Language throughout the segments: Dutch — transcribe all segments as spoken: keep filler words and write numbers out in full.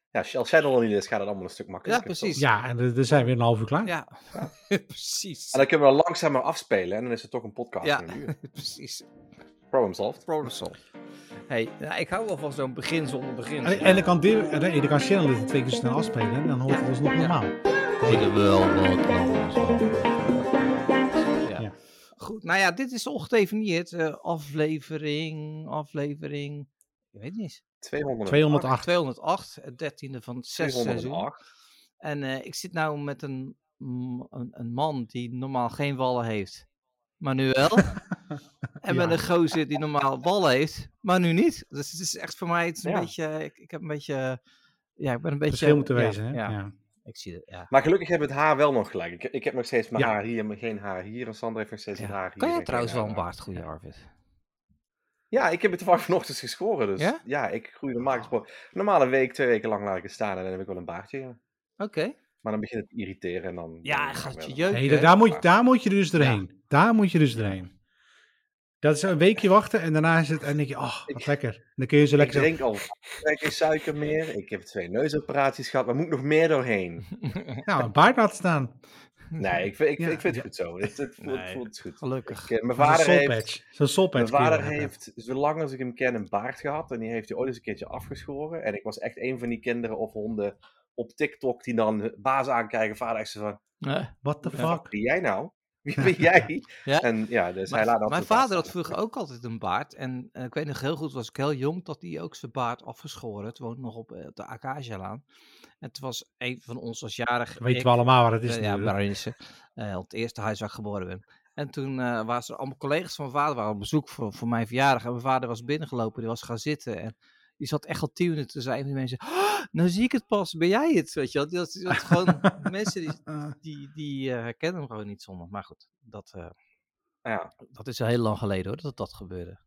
Ja, als jij er al niet is, gaat het allemaal een stuk Ja, makkelijker. precies. Ja, en dan zijn we weer een half uur klaar. Ja, Ja. precies. En dan kunnen we dan langzamer afspelen en dan is het toch een podcast Ja, van een uur. precies. Problem solved. Problem solved. Hey, nou, ik hou wel van zo'n begin zonder begin. En, en dan kan, deel, nee, dan kan Channel het twee keer snel afspelen en dan hoort alles nog normaal. Ik heb wel wat ja. Ja. Goed, nou ja, dit is ongedefinieerd. Uh, aflevering, aflevering, ik weet het niet. tweehonderd. tweehonderdacht. tweehonderdacht, het dertiende van het zesde seizoen. tweehonderdacht. En uh, ik zit nou met een, een, een man die normaal geen wallen heeft, maar nu wel. En Ja. met een gozer die normaal wallen heeft, maar nu niet. Dus het is echt voor mij het is een Ja. beetje, ik, ik heb een beetje, ja, ik ben een beetje... Verschil moeten ja, wezen, hè? Ja, Ja. ik zie het, ja. Maar gelukkig hebben we het haar wel nog gelijk. Ik, ik heb nog steeds mijn Ja. haar hier, maar geen haar hier. En Sander heeft nog steeds Ja. het haar hier. Kan jij en trouwens geen wel een haar baard groeien, daar. Arvid? Ja, ik heb het toevallig vanochtend geschoren. Dus Ja? ja, ik groei normaal gesproken. Normaal een week, twee weken lang laat ik het staan en dan heb ik wel een baardje. Ja. Oké. Okay. Maar dan begint het te irriteren en dan... Ja, dan gaat wel je een- jeuken. Nee, daar, moet, daar moet je dus doorheen. Ja. Daar moet je dus doorheen. Dat is een weekje wachten en daarna is het... En dan denk je, oh, wat Ik- lekker. En dan kun je zo Ik lekker... zo- drink al geen suiker meer. Ik heb twee neusoperaties gehad. Maar moet ik nog meer doorheen? Nou, een baard laten staan. Nee, ik vind, ik, Ja, ik vind ja. het goed zo. Het, het, voelt, Nee, het voelt goed. gelukkig. Ik, eh, mijn Zo'n vader heeft... soulpatch. Zo'n soulpatch. Mijn kun je vader wel hebben. heeft, zolang als ik hem ken, een baard gehad. En die heeft hij ooit eens een keertje afgeschoren. En ik was echt een van die kinderen of honden op TikTok die dan hun baas aankijken. Vader echt zo van, Ja. What the Ja. fuck? wie ben jij nou? Wie ben jij? Ja. En ja, dus hij Mijn, laat dat mijn soort baard vader had staan. vroeger ook altijd een baard. En eh, ik weet nog heel goed, was ik heel jong, dat hij ook zijn baard afgeschoren. Toen woonde nog op, eh, op de Acacialaan. En toen was een van ons als jarig. Weten ik- we allemaal wat het is Eh, ja, natuurlijk. Baronissen. Uh, het eerste huis waar ik geboren ben. En toen uh, waren ze allemaal collega's van mijn vader waren op bezoek voor, voor mijn verjaardag. En mijn vader was binnengelopen, die was gaan zitten. En die zat echt al tien minuten te zijn. En die mensen, oh, nou zie ik het pas, ben jij het? Weet je wel? Die had, die had gewoon mensen die, die, die uh, herkennen hem gewoon niet zonder. Maar goed, dat, uh, Ja. dat is al heel lang geleden hoor, dat dat gebeurde.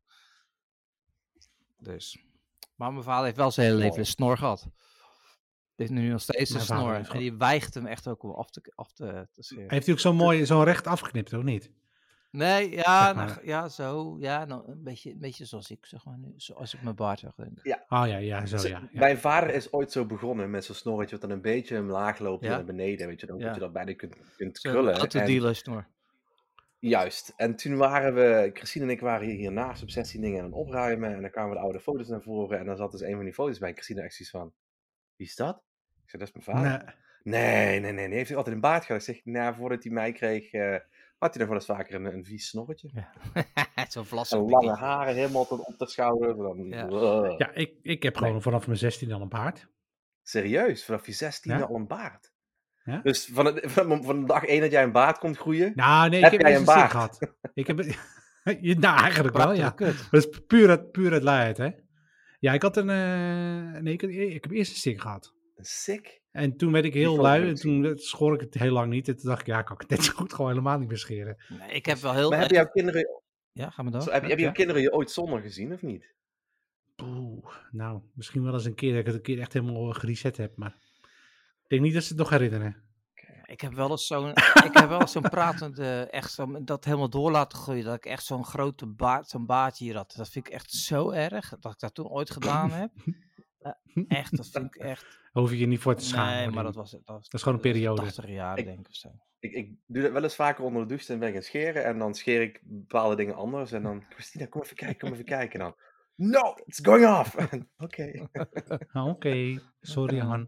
Dus. Maar mijn vader heeft wel zijn hele leven een snor gehad. Die heeft nu nog steeds een Mijn vader snor. heeft En die weigt hem echt ook om af te, af te, te scheren. Heeft hij ook zo'n mooi, zo'n recht afgeknipt, of niet? Nee, ja, Zeg maar. nou, ja, zo. Ja, nou, een, beetje, een beetje zoals ik, zeg maar nu. Zoals ik mijn baard zag. Denk ik. Oh ja, ja, zo Z- ja. ja. Mijn vader is ooit zo begonnen met zo'n snorretje, wat dan een beetje omlaag loopt Ja. naar beneden, weet je, dan Ja. dat je dat bijna kunt, kunt Zo'n krullen. En, autodealer snor. juist. En toen waren we, Christine en ik waren hier hiernaast op zestien dingen aan het opruimen en dan kwamen de oude foto's naar voren en dan zat dus een van die foto's bij en Christine echt zoiets van, wie is dat? Ik zei, dat is mijn vader. Nee. Nee, nee, nee, nee. Heeft hij altijd een baard gehad? Ik zeg, nou, voordat hij mij kreeg, uh, had hij nog wel eens vaker een, een vies snorretje. Ja. Zo'n vlassig En lange dingetje. haren helemaal tot op de schouder. Dan, Ja. uh. Ja, ik, ik heb gewoon Nee. vanaf mijn zestien al een baard. Serieus, vanaf je zestiende Ja. al een baard. Ja? Dus van, het, van, van de dag één dat jij een baard komt groeien, Nou, nee, ik heb heb jij eerst een een baard? stick gehad. Ik heb... Je- nou, eigenlijk wel, ja. Kut. Dat is puur uit, puur uit luiheid, hè. Ja, ik had een... Uh, nee, ik, had, ik heb eerst een stick gehad. Een sick. En toen werd ik heel Die lui foto en heb ik toen schoor ik het heel lang niet. En toen dacht ik, ja, ik kan het net zo goed gewoon helemaal niet meer scheren. Nee, ik heb wel heel... Maar hebben jouw kinderen, Ja, ga maar door. zo, heb, Ja, hebben jouw ja. kinderen je ooit zonder gezien, of niet? Oeh, nou, misschien wel eens een keer dat ik het een keer echt helemaal gereset heb, maar ik denk niet dat ze het nog herinneren. Ik heb wel eens zo'n, ik heb wel eens zo'n pratende, echt zo, dat helemaal door laten groeien, dat ik echt zo'n grote baard, zo'n baardje hier had. Dat vind ik echt zo erg, dat ik dat toen ooit gedaan heb. Uh, echt, dat vind ik echt... Hoef je je niet voor te schamen. Nee, hoor, maar die- dat was... Dat, was, is gewoon een periode. tachtig jaar, Ik- denk ik of zo. Ik, ik doe dat wel eens vaker onder de douche en ben ik aan het scheren. En dan scheer ik bepaalde dingen anders. En dan, Christina, kom even kijken, kom even kijken. En dan, no, it's going off. Oké. Ah, Oké, sorry Han.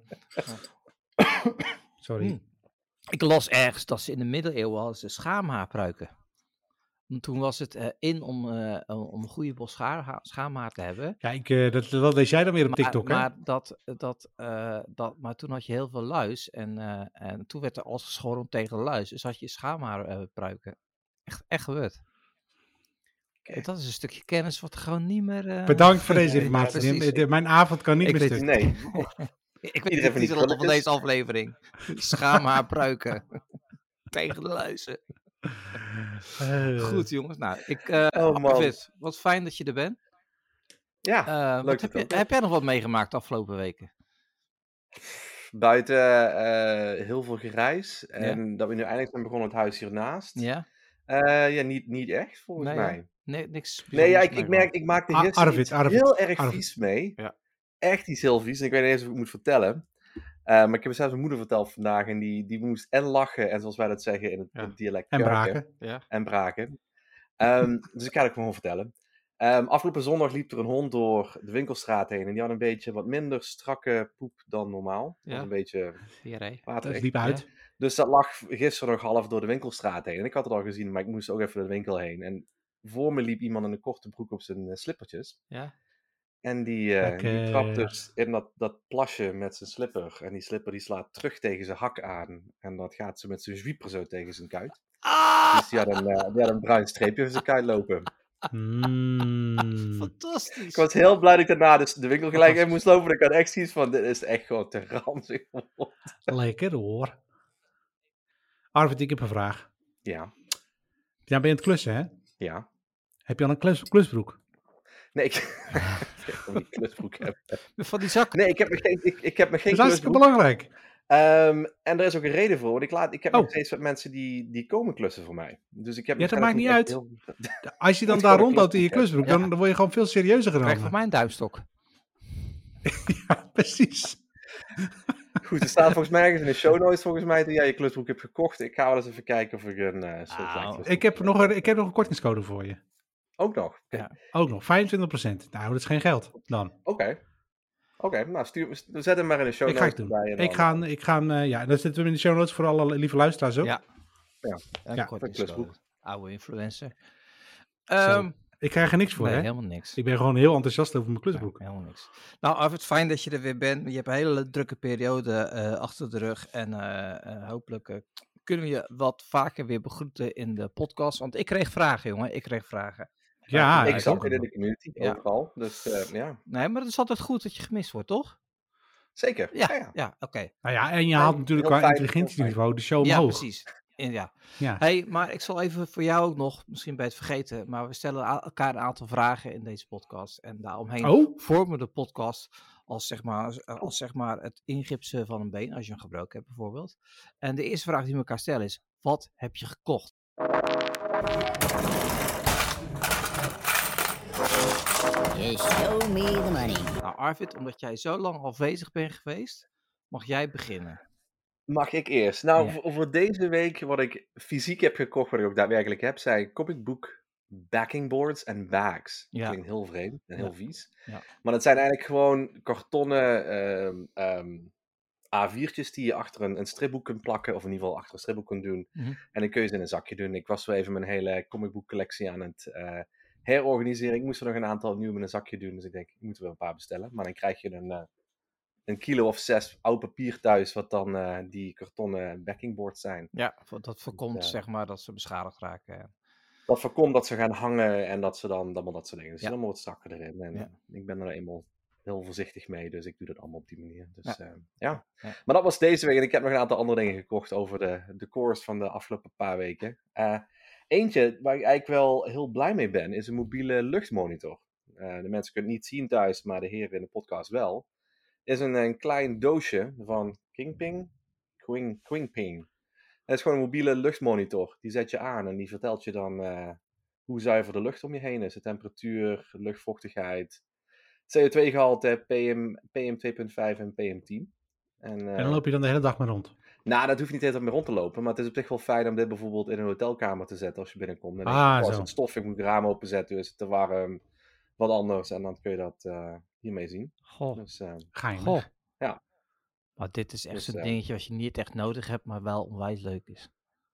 Sorry. Hm. Ik las ergens dat ze in de middeleeuwen hadden ze schaamhaarpruiken. En toen was het uh, in om, uh, om een goede bos schaar, schaamhaar te hebben. Ja, ik, uh, dat, dat lees jij dan weer op Maar, TikTok, hè? maar, dat, dat, uh, dat, maar toen had je heel veel luis en, uh, en toen werd er alles geschoren om tegen de luis. Dus had je schaamhaarpruiken. Echt, echt gebeurd. Okay. Dat is een stukje kennis wat gewoon niet meer... Uh... Bedankt voor deze informatie. Ja, de, mijn avond kan niet ik meer weet, stuk. Nee. Ik weet niet de titel van deze aflevering. Schaamhaarpruiken. tegen de luizen. Uh, Goed jongens, nou, ik, uh, oh, Arvid, wat fijn dat je er bent. Ja, uh, leuk. Heb, je, heb jij nog wat meegemaakt de afgelopen weken? Buiten uh, heel veel gereis en ja. dat we nu eindelijk zijn begonnen het huis hiernaast. Ja. Uh, ja, niet, niet echt volgens nee, mij. Ja. Nee, niks. Nee, ja, ik, ik merk, ik maak de Ar- gisteren Arvid, Arvid, heel erg Arvid. vies mee. Ja. echt iets heel vies. En ik weet niet eens of ik het moet vertellen. Uh, maar ik heb het zelfs mijn moeder verteld vandaag. En die, die moest en lachen. En zoals wij dat zeggen in het, ja. in het dialect. En kurken, braken. Ja. En braken. Um, dus ik ga het gewoon vertellen. Um, afgelopen zondag liep er een hond door de winkelstraat heen. En die had een beetje wat minder strakke poep dan normaal. Het ja. was een beetje waterig. Het liep uit. Ja. Dus dat lag gisteren nog half door de winkelstraat heen. En ik had het al gezien, maar ik moest ook even door de winkel heen. En voor me liep iemand in een korte broek op zijn uh, slippertjes. Ja. En die, uh, die trapt dus in dat, dat plasje met zijn slipper. En die slipper die slaat terug tegen zijn hak aan. En dat gaat ze met zijn zwieper zo tegen zijn kuit. Ah! Dus die had, een, uh, die had een bruin streepje over zijn kuit lopen. Mm. Fantastisch. Ik was heel blij dat ik daarna dus de winkel gelijk in moest lopen. Ik had echt zoiets van, dit is echt gewoon te ranzig. Lekker hoor. Arvid, ik heb een vraag. Ja. Ja, ben je aan het klussen, hè? Ja. Heb je al een klus, klusbroek? Nee, ik heb niet klusbroek hebben. Van die zak? Nee, ik heb nog geen, ik, ik heb nog geen dat is hartstikke belangrijk. Um, en er is ook een reden voor. Want ik, laat, ik heb oh. nog steeds wat mensen die, die komen klussen voor mij. Dus ik heb ja, dat maakt niet uit. Heel... Als Als je dan daar rondloopt in je klusbroek, ja. dan, dan word je gewoon veel serieuzer genomen. Krijg voor mij een duimstok. Ja, precies. Goed, er staat volgens mij ergens in de show notes volgens mij dat jij je klusbroek hebt gekocht. Ik ga wel eens even kijken of ik een uh, soort oh. ik, heb nog een, ik heb nog een kortingscode voor je. Ook nog? Ja. Ook nog, vijfentwintig procent. Nou, dat is geen geld dan. Oké. Okay. Oké, okay, nou stuur, we zetten hem maar in de show ik notes ga het erbij. En ik, ga, ik ga, uh, ja, dan zetten we in de show notes voor alle lieve luisteraars ook. Ja. Ja, ja. ja voor klusbroek. Oude influencer. Um, ik krijg er niks voor, nee, hè? helemaal niks. Ik ben gewoon heel enthousiast over mijn klusbroek. Ja, helemaal niks. Nou, Arvid, fijn dat je er weer bent. Je hebt een hele drukke periode uh, achter de rug. En uh, uh, hopelijk uh, kunnen we je wat vaker weer begroeten in de podcast. Want ik kreeg vragen, jongen. Ik kreeg vragen. Ja, ik zat in de community, ja. overal. Dus uh, ja. Nee, maar het is altijd goed dat je gemist wordt, toch? Zeker. Ja, ja, ja. ja oké. Okay. Nou ja, en je haalt natuurlijk qua intelligentieniveau de show omhoog. Ja, precies. En ja. ja. Hey, maar ik zal even voor jou ook nog, misschien bij het vergeten, maar we stellen elkaar een aantal vragen in deze podcast. En daaromheen oh? vormen de podcast als, zeg maar, als zeg maar het ingipsen van een been, als je hem gebroken hebt bijvoorbeeld. En de eerste vraag die we elkaar stellen is, wat heb je gekocht? Just show me the money. Nou Arvid, omdat jij zo lang afwezig bent geweest, mag jij beginnen. Mag ik eerst? Nou, ja. voor, voor deze week, wat ik fysiek heb gekocht, wat ik ook daadwerkelijk heb, zijn comic book backing boards en bags. Dat ja. klinkt heel vreemd en heel ja. vies. Ja. Maar dat zijn eigenlijk gewoon kartonnen um, um, A viertjes die je achter een, een stripboek kunt plakken, of in ieder geval achter een stripboek kunt doen. Mm-hmm. En dan kun je ze in een zakje doen. Ik was wel even mijn hele comic book collectie aan het uh, herorganiseren. Ik moest er nog een aantal nieuwe in een zakje doen, dus ik denk, ik moet er wel een paar bestellen. Maar dan krijg je een... Uh, een kilo of zes oud papier thuis, wat dan uh, die kartonnen backingboards zijn. Ja, dat voorkomt dus, uh, zeg maar dat ze beschadigd raken. Dat voorkomt dat ze gaan hangen en dat ze dan allemaal dat soort dingen. Dus ja. er allemaal wat strakker erin. En ja. ik ben er eenmaal heel voorzichtig mee, dus ik doe dat allemaal op die manier. Dus ja. Uh, ja. ja. Maar dat was deze week en ik heb nog een aantal andere dingen gekocht over de, de course van de afgelopen paar weken. Uh, eentje waar ik eigenlijk wel heel blij mee ben, is een mobiele luchtmonitor. Uh, de mensen kunnen het niet zien thuis, maar de heren in de podcast wel. Is een, een klein doosje van Kingping. Quing, Quingping. Het is gewoon een mobiele luchtmonitor. Die zet je aan en die vertelt je dan uh, hoe zuiver de lucht om je heen is. De temperatuur, luchtvochtigheid, C O twee gehalte, P M, P M twee komma vijf en P M tien. En, uh, en dan loop je dan de hele dag maar rond? Nou, dat hoeft niet de hele tijd meer rond te lopen. Maar het is op zich wel fijn om dit bijvoorbeeld in een hotelkamer te zetten als je binnenkomt. Dan ah, denk je, als het stof, ik moet het raam openzetten, dus het te warm. Wat anders. En dan kun je dat uh, hiermee zien. Goh. Dus, uh, Goh. Ja. Maar dit is echt dus, zo'n uh, dingetje wat je niet echt nodig hebt, maar wel onwijs leuk is.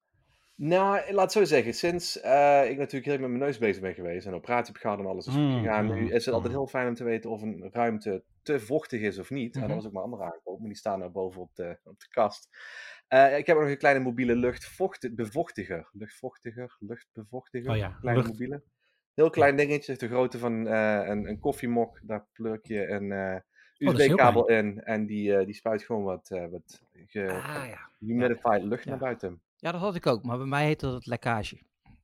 Nou, laat het zo zeggen. Sinds uh, ik natuurlijk heel erg met mijn neus bezig ben geweest en operatie heb gehad en alles is goed gegaan, mm, nu is het altijd mm. heel fijn om te weten of een ruimte te vochtig is of niet. Mm-hmm. En dat was ook mijn andere aankoop, maar die staan nou boven op de, op de kast. Uh, ik heb ook nog een kleine mobiele luchtbevochtiger. Luchtvochtiger, luchtbevochtiger. Oh ja, kleine lucht. mobiele. Heel klein dingetje, de grootte van uh, een, een koffiemok. Daar pluk je een uh, U S B-kabel oh, in en die, uh, die spuit gewoon wat, uh, wat ge- ah, ja. humidified ja. lucht ja. naar buiten. Ja, dat had ik ook, maar bij mij heette dat lekkage.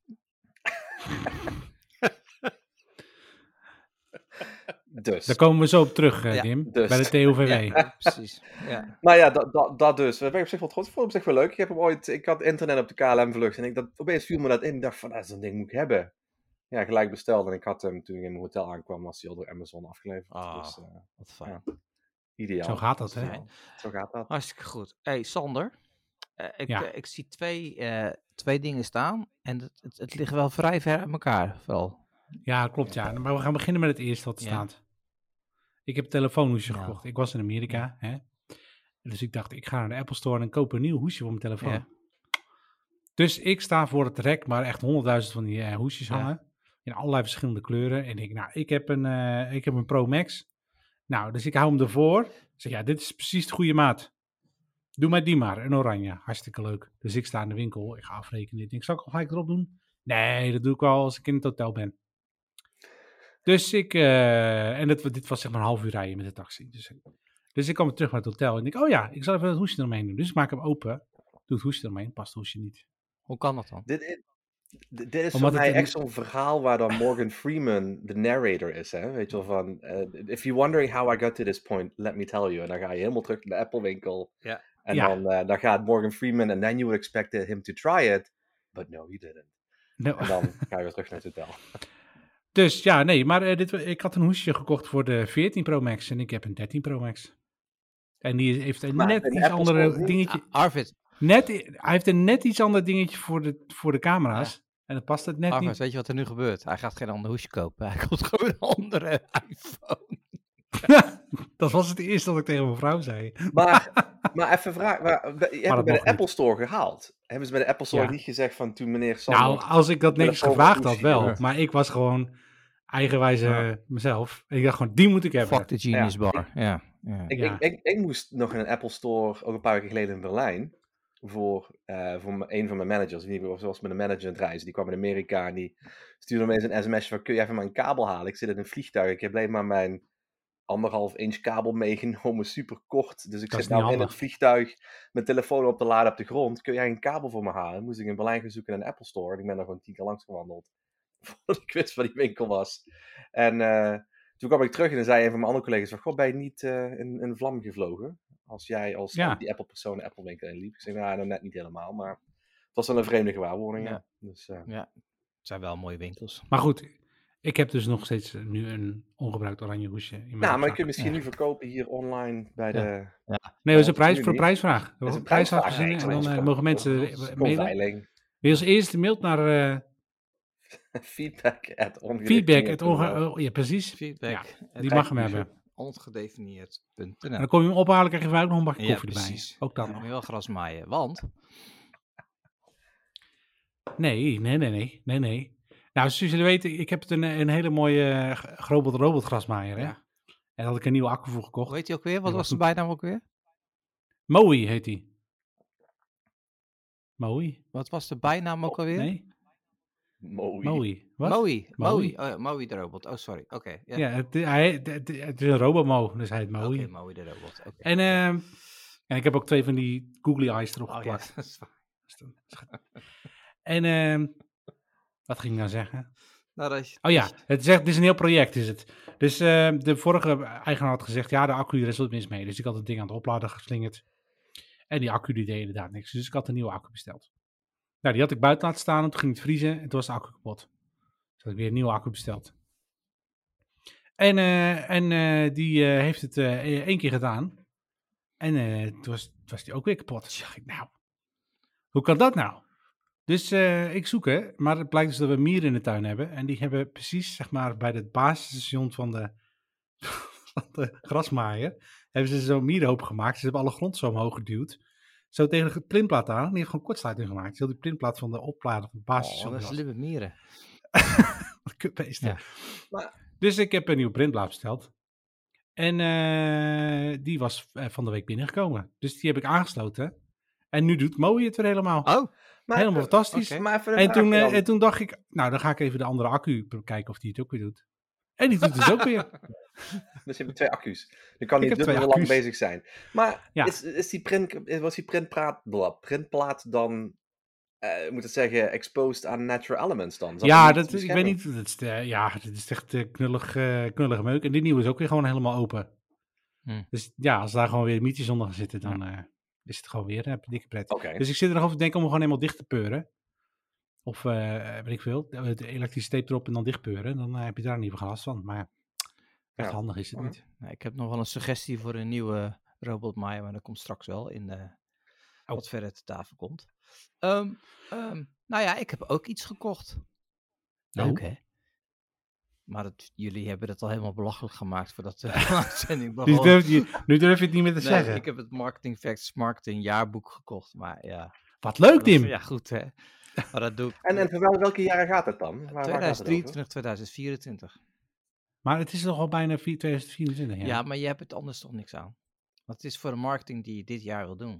Dus. Daar komen we zo op terug, uh, ja, Kim. Dus. Bij de T O V W. Ja, precies. Ja. Maar ja, dat, dat, dat dus. Dat ben ik op zich wel trots. Ik vond het op zich wel leuk. Ik heb hem ooit, ik had internet op de K L M-vlucht en ik dat, opeens viel me dat in. Ik dacht van, dat is een ding moet ik hebben. ja, gelijk besteld. En ik had hem, toen ik in mijn hotel aankwam, was hij al door Amazon afgeleverd. Ah, dus, uh, wat fijn. Ja, ideaal. Zo gaat dat, hè? Ja, zo gaat dat. Hartstikke goed. Hey, Sander. Uh, ik, ja. uh, ik zie twee, uh, twee dingen staan. En het, het, het ligt wel vrij ver uit elkaar. Wel. Ja, klopt, ja. Maar we gaan beginnen met het eerste wat er ja. staat. Ik heb een telefoonhoesje ja. gekocht. Ik was in Amerika, ja. hè. Dus ik dacht, ik ga naar de Apple Store en koop een nieuw hoesje voor mijn telefoon. Ja. Dus ik sta voor het rek, maar echt honderdduizend van die uh, hoesjes hangen. Ja. In allerlei verschillende kleuren. En ik, nou, ik heb een, uh, ik heb een Pro Max. Nou, dus ik hou hem ervoor. Ik zeg, ja, dit is precies de goede maat. Doe maar die maar, een oranje. Hartstikke leuk. Dus ik sta in de winkel, ik ga afrekenen. Ik denk, zal ik al gelijk erop doen? Nee, dat doe ik al als ik in het hotel ben. Dus ik, uh, en dit, dit was zeg maar een half uur rijden met de taxi. Dus, dus ik kwam terug naar het hotel en ik denk, oh ja, ik zal even het hoesje eromheen doen. Dus ik maak hem open, doe het hoesje eromheen, past het hoesje niet. Hoe kan dat dan? Dit is, dit is voor mij echt zo'n verhaal waar dan Morgan Freeman de narrator is, hè? Weet je wel, van, uh, if you're wondering how I got to this point, let me tell you. En dan ga je helemaal terug naar de Apple winkel. Ja. En ja. dan, uh, dan gaat Morgan Freeman, and then you would expect him to try it, but no, he didn't. No. En dan ga je weer terug naar het hotel. Dus ja, nee, maar uh, dit, ik had een hoesje gekocht voor de veertien Pro Max en ik heb een dertien Pro Max. En die heeft een maar net een iets andere dingetje. Ah, Arvid. Net, hij heeft een net iets ander dingetje voor de, voor de camera's. Ja. En dat past het net Arvid, niet. Weet je wat er nu gebeurt? Hij gaat geen ander hoesje kopen. Hij komt gewoon een andere iPhone. Dat was het eerste wat ik tegen mijn vrouw zei. Maar, maar even vragen, maar, je hebt het bij de Apple niet. Store gehaald. Hebben ze bij de Apple Store ja. niet gezegd van toen meneer Sander... Nou, als ik dat netjes gevraagd had wel. Ja. Maar ik was gewoon eigenwijze ja. mezelf. En ik dacht gewoon, die moet ik hebben. Fuck the Genius ja. Bar. Ja. Ja. Ik, ja. Ik, ik, ik moest nog in een Apple Store, ook een paar weken geleden in Berlijn, voor, uh, voor een van mijn managers. Die was met een manager aan het reizen. Die kwam in Amerika en die stuurde me eens een sms'je van, kun je even mijn kabel halen? Ik zit in een vliegtuig. Ik heb alleen maar mijn anderhalf inch kabel meegenomen, super kort. Dus ik dat zit nou in het vliegtuig, mijn telefoon op te laden op de grond. Kun jij een kabel voor me halen? Moest ik in Berlijn gaan zoeken in een Apple Store. En ik ben daar gewoon tien keer langs gewandeld. Voordat ik wist waar die winkel was. En uh, toen kwam ik terug en dan zei een van mijn andere collega's van, goh, ben je niet uh, in een vlam gevlogen? Als jij als ja. die Apple persoon de Apple winkel inliep. Ik zei, nou, nou net niet helemaal, maar het was wel een vreemde gewaarwording. Ja, ja. Dus, uh, ja. Het zijn wel mooie winkels. Maar goed, ik heb dus nog steeds nu een ongebruikt oranje hoesje in mijn Nou, maar kun je misschien ja. nu verkopen hier online bij de... Ja. Ja. Nee, dat is een prijs voor een prijsvraag. Dat is een prijsvraag verzinnen en dan uh, mogen mensen mailen. Wie als eerste mailt naar... Uh, feedback at Feedback at onge... Oh, ja, precies. Feedback. Ja, die mag hem hebben. Ongedefinieerd. En dan kom je hem ophalen, krijg je ook nog een bakje ja, koffie precies. erbij. Ook dan ja, nog. Moet je wel gras maaien, want... Nee, nee, nee, nee, nee, nee. Nou, zoals jullie weten, ik heb een, een hele mooie Grobot robot grasmaaier, hè. Ja. En daar had ik een nieuwe accu voor gekocht. Hoe heet die ook weer? Wat was de bijnaam ook weer? Mooi heet die. Mooi. Wat was de bijnaam ook alweer? Nee. Mooi. Mooi. Wat? Mooi. Mooi. Oh, Mooi de robot. Oh, sorry. Oké. Okay, yeah. Ja, het, hij, het, het, het is een Robomo, dus hij heet Mooi. Oké, okay, Mooi de robot. Okay. En, uh, en ik heb ook twee van die googly eyes erop oh, geplakt. Ja, dat is waar. En uh, wat ging ik nou zeggen? Nou, dat is... Oh ja, het is, echt, het is een heel project is het. Dus uh, de vorige eigenaar had gezegd, ja, de accu, er is wat mis mee. Dus ik had het ding aan het opladen geslingerd. En die accu die deed inderdaad niks. Dus ik had een nieuwe accu besteld. Nou, die had ik buiten laten staan en toen ging het vriezen en toen was de accu kapot. Dus had ik weer een nieuwe accu besteld. En, uh, en uh, die uh, heeft het uh, één keer gedaan. En uh, toen was, toen was die ook weer kapot. Dus dacht ik, nou, hoe kan dat nou? Dus uh, ik zoek, hè. Maar het blijkt dus dat we mieren in de tuin hebben. En die hebben precies, zeg maar, bij het basisstation van de, van de grasmaaier, hebben ze zo'n mierenhoop gemaakt. Ze hebben alle grond zo omhoog geduwd. Zo tegen de printplaat aan. En die heeft gewoon kortsluiting gemaakt. Ze had die printplaat van de oplader van het basisstation. Oh, dat is slimme mieren. Kutbeesten. Ja. Maar... Dus ik heb een nieuwe printplaat besteld. En uh, die was uh, van de week binnengekomen. Dus die heb ik aangesloten. En nu doet Mooi het weer helemaal. Oh. Maar helemaal even, fantastisch. Okay. Maar en, toen, uh, en toen dacht ik, nou dan ga ik even de andere accu kijken of die het ook weer doet. En die doet het dus ook weer. Dus je hebt twee accu's. Dan kan niet heel lang bezig zijn. Maar ja. is, is die print, was die printplaat, printplaat dan, uh, moet ik zeggen, exposed aan natural elements dan? Zat ja, dat, ik weet niet. Dat is, uh, ja, dat is echt uh, knullig, uh, knullige meuk. En die nieuwe is ook weer gewoon helemaal open. Hm. Dus ja, als daar gewoon weer mietjes onder gaan zitten, dan uh, is het gewoon weer een uh, dikke pret. Okay. Dus ik zit er nog over te denken om hem gewoon helemaal dicht te peuren. Of, uh, weet ik veel, de elektriciteit erop en dan dichtpeuren. Dan uh, heb je daar in ieder geval last van. Maar ja, echt ja. handig is het niet. Nee, ik heb nog wel een suggestie voor een nieuwe Robot Maya, maar dat komt straks wel in de, oh. wat verder te tafel komt. Um, um, nou ja, ik heb ook iets gekocht. Leuk, oh. hè? Maar het, jullie hebben het al helemaal belachelijk gemaakt voordat de uitzending begon. Nu durf je, nu durf je het niet meer te nee, zeggen. Ik heb het Marketing Facts Marketing jaarboek gekocht, maar ja. Wat leuk, Tim! Ja, goed, hè? Maar dat doe ik. En, en voor welke jaren gaat het dan? Waar, tweeduizend drieëntwintig, tweeduizend vierentwintig. Maar het is toch al bijna tweeduizend vierentwintig, ja? Ja, maar je hebt het anders toch niks aan. Want het is voor de marketing die je dit jaar wil doen.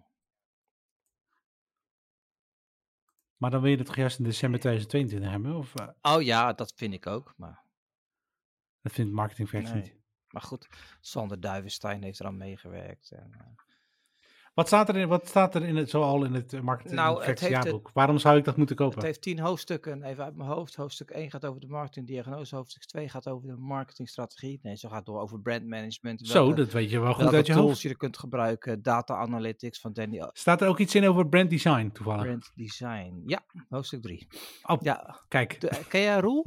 Maar dan wil je het toch juist in december tweeduizend tweeëntwintig hebben? Of, uh... Oh ja, dat vind ik ook, maar... Dat vindt Marketing Facts nee. niet. Maar goed, Sander Duivenstein heeft eraan meegewerkt. En, uh... Wat staat er in, wat staat er in het, zoal in het Marketing nou, Facts het jaarboek? Het, Waarom zou ik dat moeten kopen? Het heeft tien hoofdstukken, even uit mijn hoofd. Hoofdstuk één gaat over de marketingdiagnose. Hoofdstuk twee gaat over de marketingstrategie. Nee, zo gaat het door over brandmanagement. Zo, dat weet je wel goed uit je tools hoofd. je er kunt gebruiken. Data analytics van Danny. Staat er ook iets in over brand design toevallig? Brand design, ja. Hoofdstuk drie. Oh, ja. Kijk. De, ken jij Roel?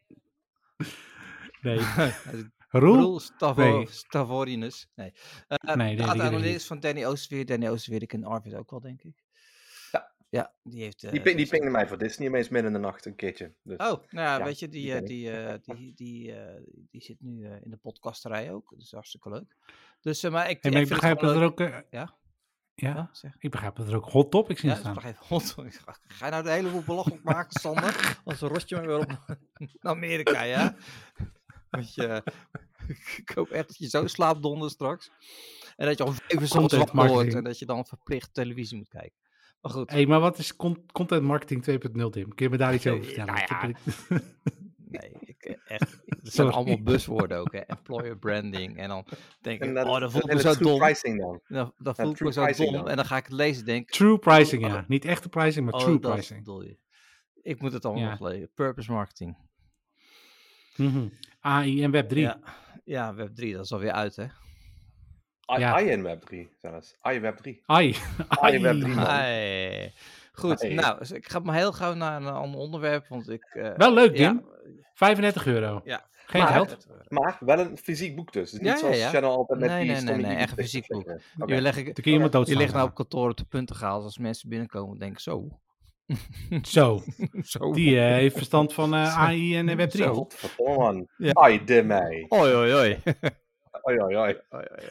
Nee. Roel, Roel Stavo, nee. Stavorinus. Nee. Uh, nee, data analytics van Danny Oosterweer. Danny Oosterweer, ik ken Arvid ook wel, denk ik. Ja. Ja, die heeft... Uh, die, ping, die pingde mij voor Disney ineens midden in de nacht een keertje. Dus. Oh, nou ja, ja, weet je, die, die, die, uh, die, die, uh, die zit nu uh, in de podcasterij ook. Dat is hartstikke leuk. Dus, uh, maar ik, hey, maar ik begrijp dat er ook... Uh, ja? Ja, ja zeg. Ik begrijp dat er ook hot topics in ja, staan. Ja, hot topics. Ga je nou de hele boel belachelijk maken, Sander? Als een rotje maar weer op naar Amerika, ja? Want je... Ik hoop echt dat je zo slaapt donder straks. En dat je al even soms wakker wordt. En dat je dan verplicht televisie moet kijken. Maar goed. Hé, hey, maar wat is con- content marketing twee punt nul, Tim? Kun je me daar iets over vertellen? Nou ja. ik nee, ik, echt. Het zijn allemaal buswoorden ook. Hè. Employer branding. En dan denk ik, dat, oh, dan voel ik me zo dom. Pricing dan. Dan, dan voel ik me zo dom. Dan. En dan ga ik het lezen denk True pricing, oh, ja. Niet echte pricing, maar oh, true dat pricing. bedoel je. Ik moet het allemaal ja. nog lezen. Purpose marketing. Mm-hmm. A I en Web drie. Ja. ja, Web drie, dat is alweer uit, hè? I, ja. I en Web drie, zelfs. I Web drie. I. I Web drie, man. I. Goed, I. nou, dus ik ga maar heel gauw naar een ander onderwerp, want ik... Uh, wel leuk, Tim. Ja. vijfendertig euro. Ja. Geen maar, geld. Maar wel een fysiek boek dus. dus niet ja, zoals ja, ja. Channel altijd met nee, die... Nee, nee, nee, echt een fysiek boek. Okay. Je, leg ik, kun je, okay. je ligt nou op kantoor op de punten gehaald. Als mensen binnenkomen, denk ik zo... Zo. Zo. Die uh, heeft verstand van uh, A I en Web drie. Zo, verdomme man. Ja. Ai de mij. Oi, oi, oi. Oi, oi, oi. oi, oi.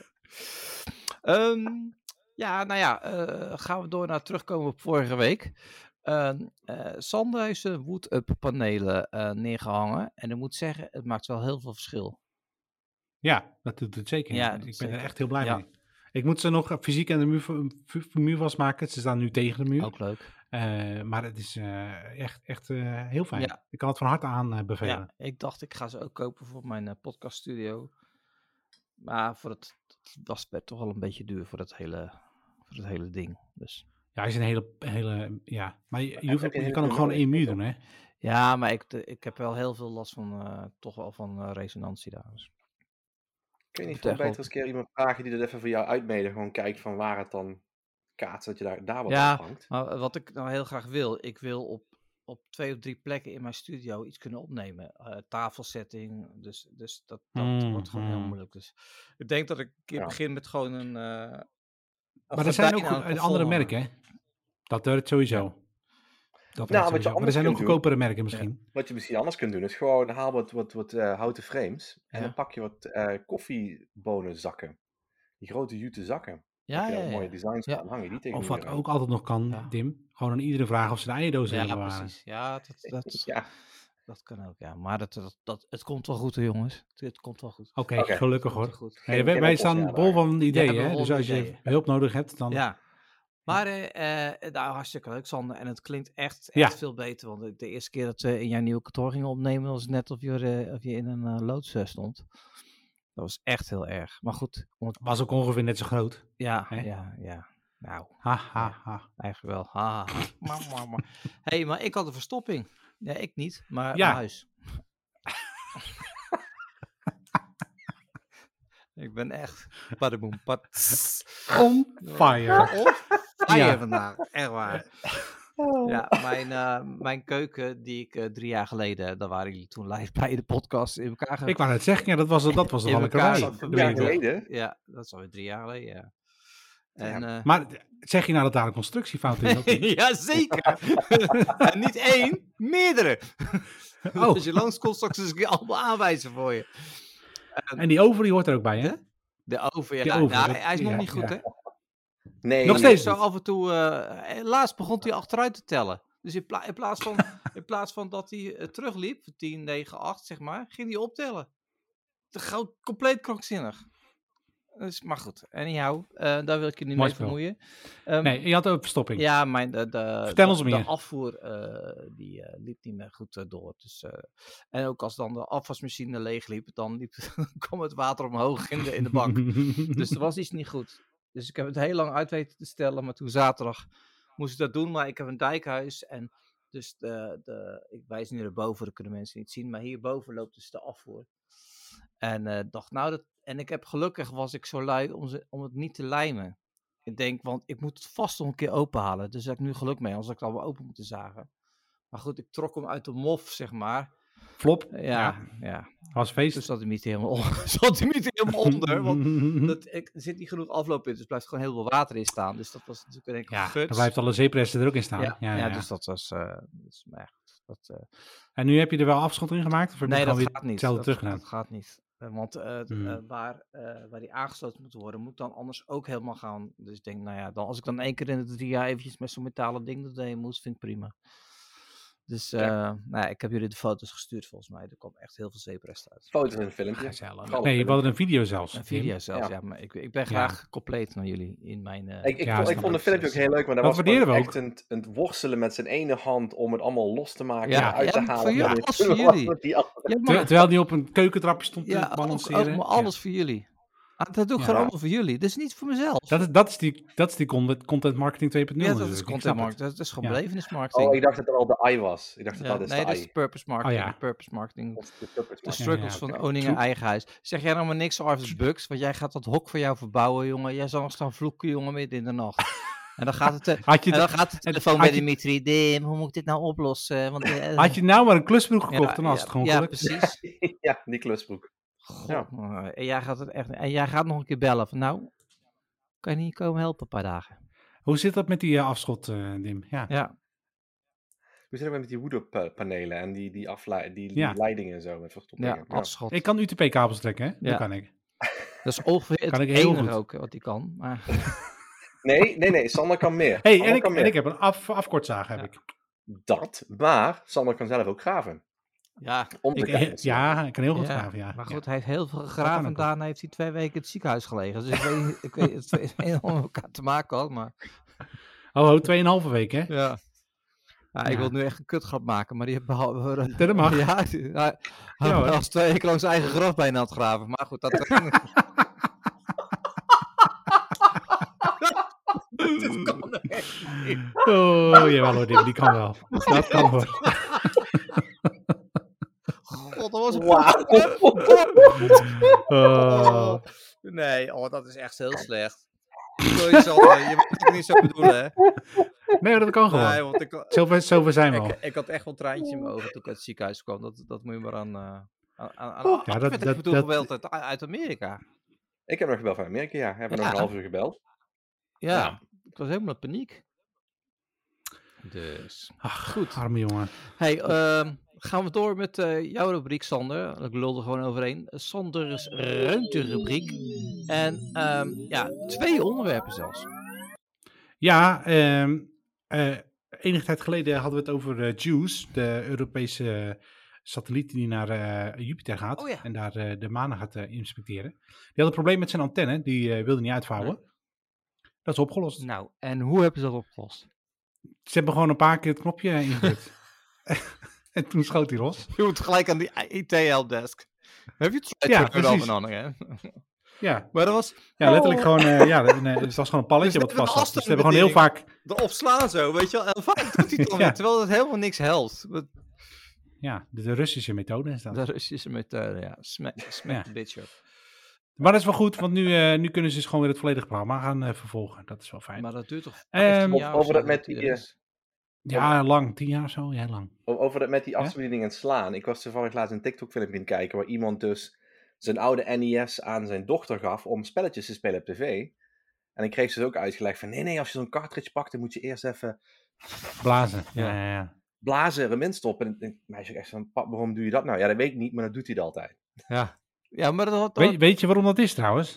Um, ja, nou ja, uh, gaan we door naar terugkomen op vorige week. Uh, uh, Sander heeft zijn Wood-up panelen uh, neergehangen. En ik moet zeggen, het maakt wel heel veel verschil. Ja, dat doet het zeker. Ja, ik ben zeker. er echt heel blij ja. mee. Ik moet ze nog fysiek aan de muur, muur vastmaken. Ze staan nu tegen de muur. Ook leuk. Uh, maar het is uh, echt, echt uh, heel fijn. Ja. Ik kan het van harte aan uh, bevelen. Ja, ik dacht, ik ga ze ook kopen voor mijn uh, podcaststudio. Maar voor het, het was toch wel een beetje duur voor het hele, voor het hele ding. Dus. Ja, hij is een hele, hele ja. Maar je, je, hoeft, je kan ook gewoon één muur doen, hè? Ja, maar ik, de, ik heb wel heel veel last van, uh, toch wel van uh, resonantie daar. Dus. Kun je niet veel beter eens een keer iemand vragen die dat even voor jou uitmeden, gewoon kijkt van waar het dan kaatst, dat je daar, daar wat ja, op hangt. Maar wat ik nou heel graag wil, ik wil op, op twee of drie plekken in mijn studio iets kunnen opnemen. Uh, tafelsetting, dus, dus dat, dat mm, wordt gewoon mm. heel moeilijk. Dus ik denk dat ik een keer ja. begin met gewoon een... Uh, een maar er zijn ook andere merken, hè? Dat hoort sowieso. Dat nou, wat je maar er zijn ook goedkopere merken misschien. Ja. Wat je misschien anders kunt doen, is gewoon haal wat, wat, wat uh, houten frames en ja. dan pak je wat uh, koffiebonenzakken. Die grote jute zakken. Ja, ja, ja. mooie designs ja. aan, hang je die tegen Of wat aan. ook altijd nog kan, ja. Dim, gewoon aan iedereen vragen of ze de eierdoos ja, willen bewaren. Ja, precies. Ja, dat, dat, ja. dat kan ook, ja. Maar dat, dat, dat, het komt wel goed, hè, jongens. Het, het komt wel goed. Oké, okay, okay. gelukkig hoor. Goed. Hey, geen, wij, wij staan bol van ideeën, hè? Dus als je ideeën. hulp nodig hebt, dan... Ja. Maar uh, uh, nou, hartstikke leuk, Sander. En het klinkt echt, echt ja. veel beter. Want de eerste keer dat we in jouw nieuwe kantoor gingen opnemen, was het net of je, uh, of je in een uh, loods uh, stond. Dat was echt heel erg. Maar goed. Het was ook ongeveer net zo groot. Ja, hè? ja, ja. Nou. Ha, ha, ha. Eigenlijk wel. Ha, ha. maar, maar, maar. Hé, hey, maar ik had een verstopping. Ja, ik niet, maar ja. mijn huis. Ik ben echt... Padaboom, pad. On fire. On fire ja. vandaag. Echt waar. Oh. Ja, mijn, uh, mijn keuken die ik uh, drie jaar geleden, daar waren jullie toen live bij de podcast in elkaar ge- Ik wou net zeggen, ja, dat was, dat was de in elkaar valkerij. Drie jaar geleden? Ja, dat is alweer drie jaar geleden, ja. En, Ja. uh, Maar zeg je nou dat daar een constructiefout in zat? ja, zeker. En niet één, meerdere. Oh. Dus je langskomt straks eens een keer allemaal aanwijzen voor je. En, en die oven die hoort er ook bij, hè? De oven, ja. Die Nou, oven, nou, dat- hij is nog ja, niet goed, ja. hè? Nee. Nog Nee, steeds zo niet. af en toe. Uh, laatst begon hij achteruit te tellen. Dus in, pla- in, plaats, van, in plaats van dat hij uh, terugliep, tien, negen, acht zeg maar, ging hij optellen. Gewoon compleet krankzinnig. Dus, maar goed, anyhow, uh, daar wil ik je niet Mooi mee spel. vermoeien. Um, Nee, je had ook verstopping. Ja, mijn, de, de, Vertel de, ons de meer. afvoer uh, die, uh, liep niet meer goed uh, door. Dus, uh, en ook als dan de afwasmachine leeg liep, dan liep, kwam het water omhoog in de, in de bak. Dus er was iets niet goed. Dus ik heb het heel lang uit weten te stellen, maar toen zaterdag moest ik dat doen. Maar ik heb een dijkhuis en dus de, de, ik wijs nu naar boven, dat kunnen mensen niet zien. Maar hierboven loopt dus de afvoer. En uh, dacht, nou, dat, en ik heb gelukkig was ik zo lui om, ze, om het niet te lijmen. Ik denk, want ik moet het vast nog een keer openhalen. Dus daar heb ik nu geluk mee, anders had ik het allemaal open moeten zagen. Maar goed, ik trok hem uit de mof, zeg maar. Flop. Ja, Ja. ja. Was feest. Dus zat hij niet helemaal, zat hij niet helemaal onder. Want dat, ik, er zit niet genoeg afloop in, dus er blijft gewoon heel veel water in staan. Dus dat was natuurlijk denk ik Ja, guts. dan blijft alle zeepresten er ook in staan. Ja, Ja, ja, ja, ja, ja. dus dat was... Uh, dus, maar ja, dat, uh... En nu heb je er wel afschot in gemaakt? Of heb je nee, gewoon dat weer gaat niet. hetzelfde Dat, terug gedaan? dat gaat niet. Uh, want uh, Hmm. uh, waar, uh, waar die aangesloten moet worden, moet dan anders ook helemaal gaan. Dus ik denk, nou ja, dan, als ik dan één keer in de drie jaar eventjes met zo'n metalen ding erheen moet, vind ik prima. Dus uh, Ja. nou ja, ik heb jullie de foto's gestuurd volgens mij. Er kwam echt heel veel zeeprest uit. Foto's en filmpjes. Gezellig. Vooral Nee, we filmpjes. hadden een video zelfs. Een video Tim. zelfs, ja. Ja. Maar ik, ik ben graag compleet naar jullie in mijn... Uh, Ik, ik, Ja, vond, ik snap vond de filmpje ook heel leuk, maar dat Dat was waarderen gewoon we echt een, een worstelen met zijn ene hand om het allemaal los te maken Ja, en uit ja, te voor halen. jullie, Ja, alles dit- voor jullie. wat die andere- ja, Ter- maar, terwijl die op een keukentrapje stond ja, te ook, balanceren. ook, maar alles voor jullie. Ah, dat doe ik Ja. gewoon allemaal voor jullie. Dat is niet voor mezelf. Dat is, dat is die, dat is die content, content marketing twee punt nul. ja, dat is natuurlijk. Ik content snap het. marketing. Dat is gewoon Ja. belevenismarketing. Oh, ik dacht dat het al de I was. Ik dacht dat Ja, dat is nee, de dat is I. purpose marketing. Oh, ja. Purpose marketing. Dat is de purpose De marketing. struggles ja, van oké. owning een eigen huis. Zeg jij nou maar niks over bugs, want jij gaat dat hok voor jou verbouwen, jongen. Jij zal nog staan vloeken, jongen, midden in de nacht. En dan gaat het, uh, Had je, en dan het- gaat de telefoon had bij je- Dimitri. Dim, hoe moet ik dit nou oplossen? Want, uh, had je nou maar een klusbroek ja, gekocht, dan was ja, het gewoon ja, gelukt. precies. Ja, die klusbroek. God, Ja. man, en jij gaat het echt. En jij gaat nog een keer bellen van, nou, kan je niet komen helpen een paar dagen? Hoe zit dat met die uh, afschot, uh, Dim? Ja. Ja, Hoe zit het met die woedepanelen en die, die, aflei- die, die Ja. leidingen en zo met verstoppingen? ja, Ja. afschot. Ik kan U T P-kabels trekken, hè? Dat Ja. kan ik. Dat is ongeveer het Kan ik heel enige goed. ook wat hij kan. Maar Nee, nee, nee. Sander kan meer. Hey, Sander en ik, kan en meer. ik heb een af, afkortzaag, heb Ja. ik. Dat, maar Sander kan zelf ook graven. ja, Om te ik kijken. ja, ik kan heel goed ja, graven, ja. maar Ja. goed, hij heeft heel veel kan gegraven en ook. daarna heeft hij twee weken in het ziekenhuis gelegen. Dus ik weet, niet- ik weet het is helemaal met elkaar te maken had, maar Oh, oh, tweeënhalve week, hè? ja. Ja, ik Ja. wil nu echt een kutgrap maken, maar die heeft behalve... Dat mag. Ja, die- hij, hij Ja, hoor. was twee weken lang zijn eigen graf bijna aan het graven. Maar goed, dat... dat kan echt niet. Oh, jawel hoor, Dim, die kan wel. Dat kan hoor. God, dat was een... Wauw. Oh. Nee, oh, dat is echt heel slecht. Sorry, Sander, je moet het niet zo bedoelen, hè? Nee, dat kan gewoon. Nee, want ik, Zover, zover zijn we al. ik, ik had echt wel een traantje in mijn ogen toen ik uit het ziekenhuis kwam. Dat, dat moet je maar aan... Uh, aan, aan, aan Oh. Ja, dat- ik dat- bedoel dat- gebeld uit, uit Amerika. Ik heb nog gebeld van Amerika, ja. Hebben we nog Ja. een half uur gebeld. Ja, Ja. ik was helemaal in paniek. Dus... Ach, Goed. arme jongen. Hey, ehm, gaan we door met eh, jouw rubriek, Sander. Ik lul er gewoon overheen. Sanders ruimterubriek. En ehm, ja, twee onderwerpen zelfs. Ja, ehm, eh, enige tijd geleden hadden we het over eh, JUICE, de Europese satelliet die naar eh, Jupiter gaat Oh ja. en daar eh, de manen gaat eh, inspecteren. Die had een probleem met zijn antenne, die eh, wilde niet uitvouwen. Dat is opgelost. Nou, en hoe hebben ze dat opgelost? Ze hebben gewoon een paar keer het knopje ingedrukt. En toen schoot hij los. Je moet gelijk aan die I T-helpdesk. Heb je het Ja, ja, precies. hè? Ja, Maar dat was... ja letterlijk Oh. gewoon, eh, ja, nee, het was gewoon een palletje Dus wat met vast een zat. Dus ze hebben gewoon heel afstandsbediening. vaak, De opslaan zo, weet je wel. En vaak doet hij het dan Ja. weer, terwijl het helemaal niks helpt. Wat- ja, de, de Russische methode is dat. De Russische methode, ja. Smack, smack Ja. the bitch up. Maar dat is wel goed, want nu, eh, nu kunnen ze dus gewoon weer het volledige programma gaan eh, vervolgen. Dat is wel fijn. Maar dat duurt toch Ehm, vijftien Of- jaar over of zo dat met dat die die, er eh, is? Ja, lang. Tien jaar of zo. Ja, lang. Over dat met die Ja? afstandsbediening en slaan. Ik was toevallig laatst een TikTok-filmpje aan het kijken waar iemand dus zijn oude N E S aan zijn dochter gaf om spelletjes te spelen op tv. En ik kreeg ze dus ook uitgelegd van nee, nee, als je zo'n cartridge pakt, dan moet je eerst even Blazen. Ja. Ja, ja, ja. blazen, erin stoppen. En ik meisje ook echt van, pap, waarom doe je dat nou? Ja, dat weet ik niet, maar dat doet hij het altijd. Ja, ja maar dat had... Weet, weet je waarom dat is trouwens?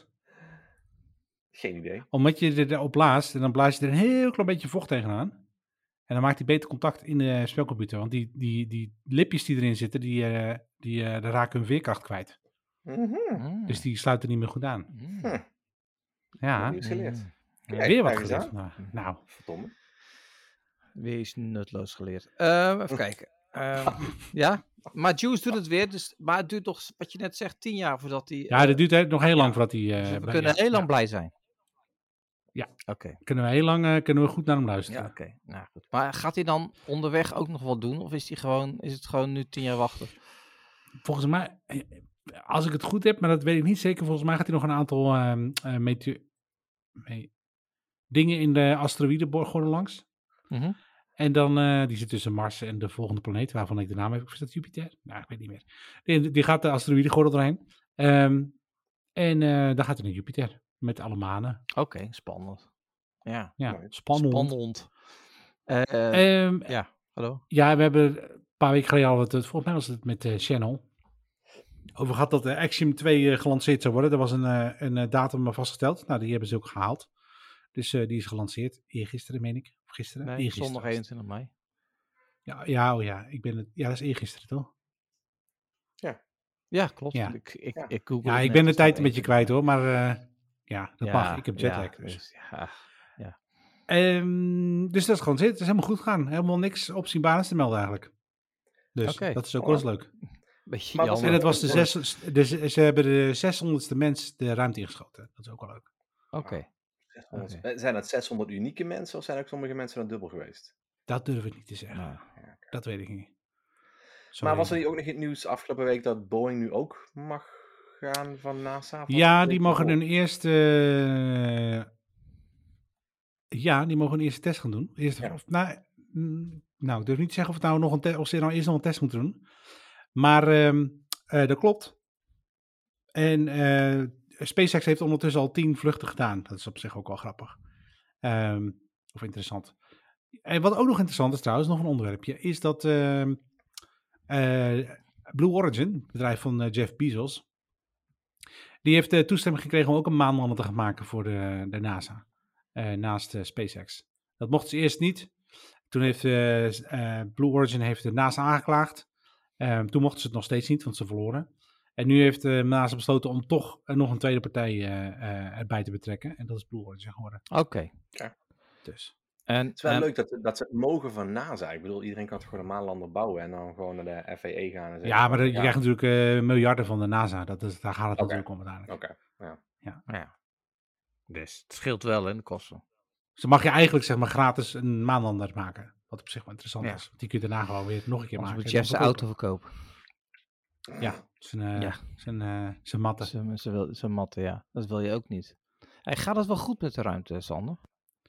Geen idee. Omdat je erop blaast en dan blaas je er een heel klein beetje vocht tegenaan. En dan maakt hij beter contact in de spelcomputer. Want die, die, die lipjes die erin zitten, die, uh, die uh, raken hun veerkracht kwijt. Mm-hmm. Mm. Dus die sluiten niet meer goed aan. Mm. Hm. Ja, Nieuws geleerd. Mm. Kijk, weer wat kijk eens geleerd aan. vandaag. Nou, Verdomme. Weer is nutteloos geleerd. Uh, even kijken. Uh, ja, maar Juice doet het weer. Dus, maar het duurt toch, wat je net zegt, tien jaar voordat hij... Uh, ja, dat duurt hè, nog heel lang ja. voordat hij... Uh, dus we bij, kunnen ja, heel lang ja. blij zijn. Ja. Oké. Okay. Kunnen we heel lang uh, kunnen we goed naar hem luisteren. Ja, oké. Okay. Nou, goed. Maar gaat hij dan onderweg ook nog wat doen? Of is, hij gewoon, is het gewoon nu tien jaar wachten? Volgens mij, als ik het goed heb, maar dat weet ik niet zeker. Volgens mij gaat hij nog een aantal uh, uh, meteo- me- dingen in de asteroïdengordel langs. Mm-hmm. En dan, uh, die zit tussen Mars en de volgende planeet, waarvan ik de naam heb. Of is dat Jupiter? Nou, ik weet niet meer. Die, die gaat de asteroïdengordel doorheen. Um, en uh, dan gaat hij naar Jupiter, met alle manen. Oké, okay, spannend. Ja, ja Mooi. spannend. Spannend. Uh, um, ja, hallo. Ja, we hebben een paar weken geleden al, het, volgens mij was het met uh, Channel, over gehad dat de uh, Axiom twee uh, gelanceerd zou worden. Er was een, uh, een uh, datum vastgesteld. Nou, die hebben ze ook gehaald. Dus uh, die is gelanceerd. Eergisteren, meen ik. Of gisteren? Nee, eergisteren. zondag eenentwintig mei. Ja, ja, oh ja. Ik ben het, ja, dat is eergisteren, toch? Ja. Ja, klopt. Ja, ik, ik, ja. ik Google ja ik ben de tijd een beetje kwijt, hoor. Maar uh, ja, dat ja, mag. Ik heb jetlag. Ja, dus. dus, ja, ja. Um, dus dat is gewoon zit. Het is helemaal goed gegaan. Helemaal niks opzienbaars te melden eigenlijk. Dus okay. dat is ook wel eens leuk. Beetje maar en het was de zes, de, ze hebben de zeshonderdste mens de ruimte ingeschoten. Dat is ook wel leuk. Oké. Okay. Okay. Zijn het zeshonderd unieke mensen of zijn ook sommige mensen dan dubbel geweest? Dat durf ik niet te zeggen. Nou, ja, okay. Dat weet ik niet. Zo maar was er niet ook nog in het nieuws afgelopen week dat Boeing nu ook mag gaan van NASA? Van ja, die mogen een eerste... Uh, ja, die mogen een eerste test gaan doen. Eerste, ja. of, nou, nou, ik durf niet te zeggen of, het nou nog een te- of ze nou eerst nog een test moeten doen. Maar um, uh, dat klopt. En uh, SpaceX heeft ondertussen al tien vluchten gedaan. Dat is op zich ook wel grappig. Um, of interessant. En wat ook nog interessant is trouwens, nog een onderwerpje, is dat uh, uh, Blue Origin, het bedrijf van uh, Jeff Bezos, die heeft uh, toestemming gekregen om ook een maanlander te gaan maken voor de, de NASA. Uh, naast uh, SpaceX. Dat mochten ze eerst niet. Toen heeft uh, uh, Blue Origin heeft de NASA aangeklaagd. Uh, toen mochten ze het nog steeds niet, want ze verloren. En nu heeft uh, NASA besloten om toch uh, nog een tweede partij uh, uh, erbij te betrekken. En dat is Blue Origin geworden. Oké. Okay. Ja. Dus. En, het is wel um, leuk dat, dat ze het mogen van NASA. Ik bedoel, iedereen kan toch gewoon een maanlander bouwen en dan gewoon naar de F A A gaan. En ja, maar de, je ja. krijgt natuurlijk uh, miljarden van de NASA. Dat is, daar gaat het okay. natuurlijk om uiteindelijk. Oké, okay. ja. ja. ja. Dus het scheelt wel in de kosten. Dus dan mag je eigenlijk zeg maar gratis een maanlander maken. Wat op zich wel interessant ja. is. Want die kun je daarna gewoon weer nog een keer Als maken. moet Jeff zijn auto verkopen. Ja, zijn, uh, ja. zijn, uh, zijn matten. Zijn, zijn, zijn matten, ja. Dat wil je ook niet. Hey, gaat het wel goed met de ruimte, Sander?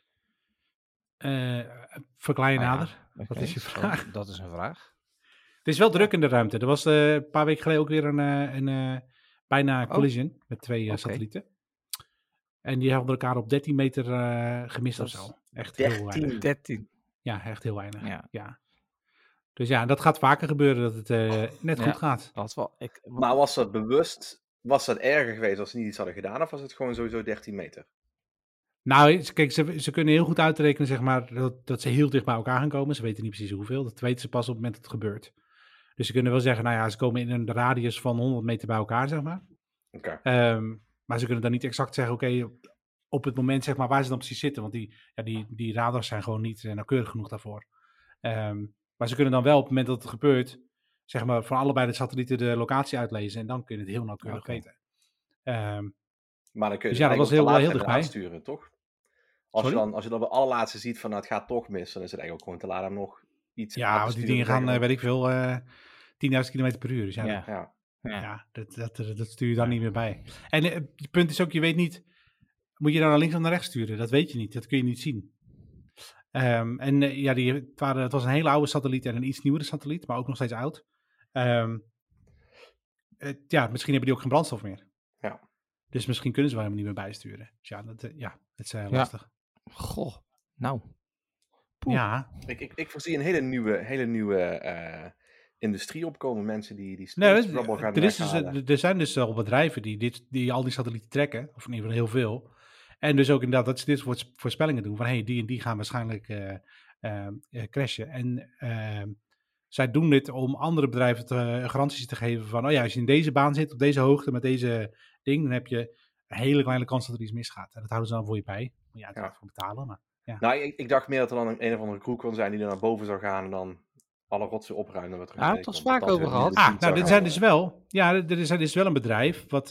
Uh, verklaar je ah, nader? Ja. Okay. Wat is je vraag? Oh, dat is een vraag. Het is wel druk in de ruimte. Er was uh, een paar weken geleden ook weer een, uh, een uh, bijna collision oh. met twee uh, okay. satellieten. En die hadden elkaar op dertien meter uh, gemist of zo. Echt dertien. heel weinig. dertien. Ja, echt heel weinig. Ja. ja. Dus ja, dat gaat vaker gebeuren dat het uh, net ja, goed gaat. Dat is wel, ik, wat... Maar was dat bewust, was dat erger geweest als ze niet iets hadden gedaan? Of was het gewoon sowieso dertien meter? Nou, kijk, ze, ze kunnen heel goed uitrekenen, zeg maar, dat, dat ze heel dicht bij elkaar gaan komen. Ze weten niet precies hoeveel. Dat weten ze pas op het moment dat het gebeurt. Dus ze kunnen wel zeggen, nou ja, ze komen in een radius van honderd meter bij elkaar, zeg maar. Oké. Okay. Um, maar ze kunnen dan niet exact zeggen, oké, okay, op, op het moment, zeg maar, waar ze dan precies zitten. Want die, ja, die, die radars zijn gewoon niet uh, nauwkeurig genoeg daarvoor. Um, maar ze kunnen dan wel op het moment dat het gebeurt, zeg maar, van allebei de satellieten de locatie uitlezen. En dan kun je het heel nauwkeurig okay. weten. Um, maar dan kun je dus ja, dat was heel, heel dichtbij. Sturen, toch? Als je, dan, als je dan bij allerlaatste ziet van nou, het gaat toch mis, dan is het eigenlijk ook gewoon te laat om nog iets ja, want die dingen gaan, uh, weet ik veel, uh, tienduizend kilometer per uur. Dus ja, ja. Dat, ja. ja. ja dat, dat, dat, dat stuur je dan ja. niet meer bij. En uh, het punt is ook, je weet niet, moet je dan naar links of naar rechts sturen? Dat weet je niet, dat kun je niet zien. Um, en uh, ja, die, het, waren, het was een hele oude satelliet en een iets nieuwere satelliet, maar ook nog steeds oud. Um, het, ja, misschien hebben die ook geen brandstof meer. Ja. Dus misschien kunnen ze wel helemaal niet meer bijsturen. Dus ja, dat, uh, ja, dat is uh, lastig. Ja. Goh, nou. Poeh. Ja. Ik, ik, ik voorzie een hele nieuwe, hele nieuwe uh, industrie opkomen. Mensen die, die space nee, trouble gaan er, is dus, er zijn dus al bedrijven die, dit, die al die satellieten trekken. Of in ieder geval heel veel. En dus ook inderdaad dat ze dit soort voorspellingen doen. Van hé, hey, die en die gaan waarschijnlijk uh, uh, uh, crashen. En uh, zij doen dit om andere bedrijven te, uh, garanties te geven van... oh ja, als je in deze baan zit, op deze hoogte, met deze ding... dan heb je een hele kleine kans dat er iets misgaat. En dat houden ze dan voor je bij. Moet je uiteraard ja. voor betalen, maar... Ja. Nou, ik, ik dacht meer dat er dan een, een of andere crew kon zijn die er naar boven zou gaan en dan alle rotsen opruimen. Wat ja, het was vaak over gehad. Ah, nou, er zijn dus wel, ja, er is, er is wel een bedrijf wat, uh,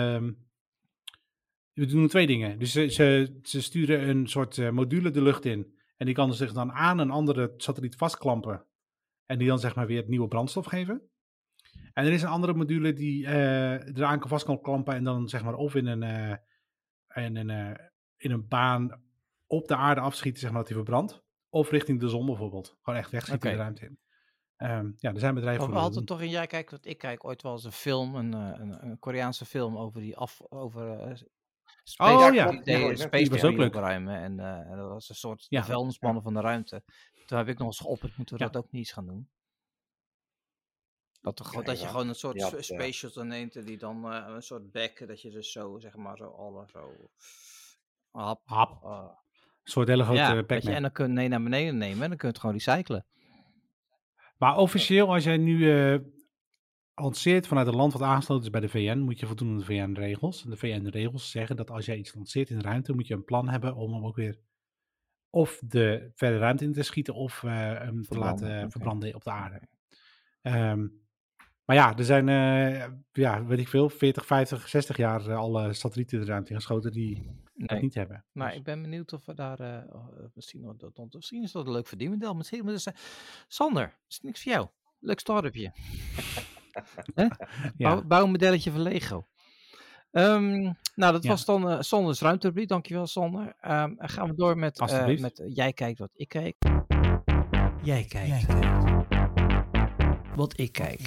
we doen twee dingen. Dus ze, ze, ze sturen een soort uh, module de lucht in en die kan zich dan aan een andere satelliet vastklampen en die dan zeg maar weer het nieuwe brandstof geven. En er is een andere module die uh, eraan kan vast kan klampen en dan zeg maar of in een, uh, in een, uh, in een baan op de aarde afschieten, zeg maar, dat hij verbrandt. Of richting de zon bijvoorbeeld. Gewoon echt wegschieten okay. de ruimte in. Um, ja, er zijn bedrijven... Maar we hadden toch in Jij Kijkt Wat Ik Kijk ooit wel eens een film, een, een, een Koreaanse film over die af... Over, uh, space, oh ja, die, ja, space die was ook leuk. Opruimen. En, uh, en dat was een soort ja. vuilnismannen ja. van de ruimte. Toen heb ik nog eens geopperd, moeten we ja. dat ook niet eens gaan doen. Dat, er, ja, dat je ja. gewoon een soort ja, space shuttle neemt die dan uh, een soort bek, dat je dus zo, zeg maar, zo alle zo... Hap. Hap. Uh, Een soort hele grote ja, Pac-Man. Je, en dan kun je nee naar beneden nemen en dan kun je het gewoon recyclen. Maar officieel, als jij nu uh, lanceert vanuit een land wat aangesloten is bij de V N, moet je voldoen aan de V N-regels. En de V N-regels zeggen dat als jij iets lanceert in de ruimte, moet je een plan hebben om hem ook weer of de verre ruimte in te schieten of uh, hem te laten uh, okay. verbranden op de aarde. Um, maar ja, er zijn, uh, ja, weet ik veel, veertig, vijftig, zestig jaar uh, alle satellieten de ruimte ingeschoten die nee. dat niet hebben. Maar dus. Ik ben benieuwd of we daar, uh, misschien, dat, misschien is dat een leuk verdienmodel. Misschien, dus, uh, Sander, dat is niks voor jou. Leuk start-upje. ja. bouw, bouw een modelletje van Lego. Um, nou, dat ja. was dan uh, Sanders ruimterubriek. Dankjewel, Sander. Um, gaan we door met, uh, met uh, Jij Kijkt Wat Ik Kijk. Jij Kijkt. Jij kijkt. Wat ik kijk.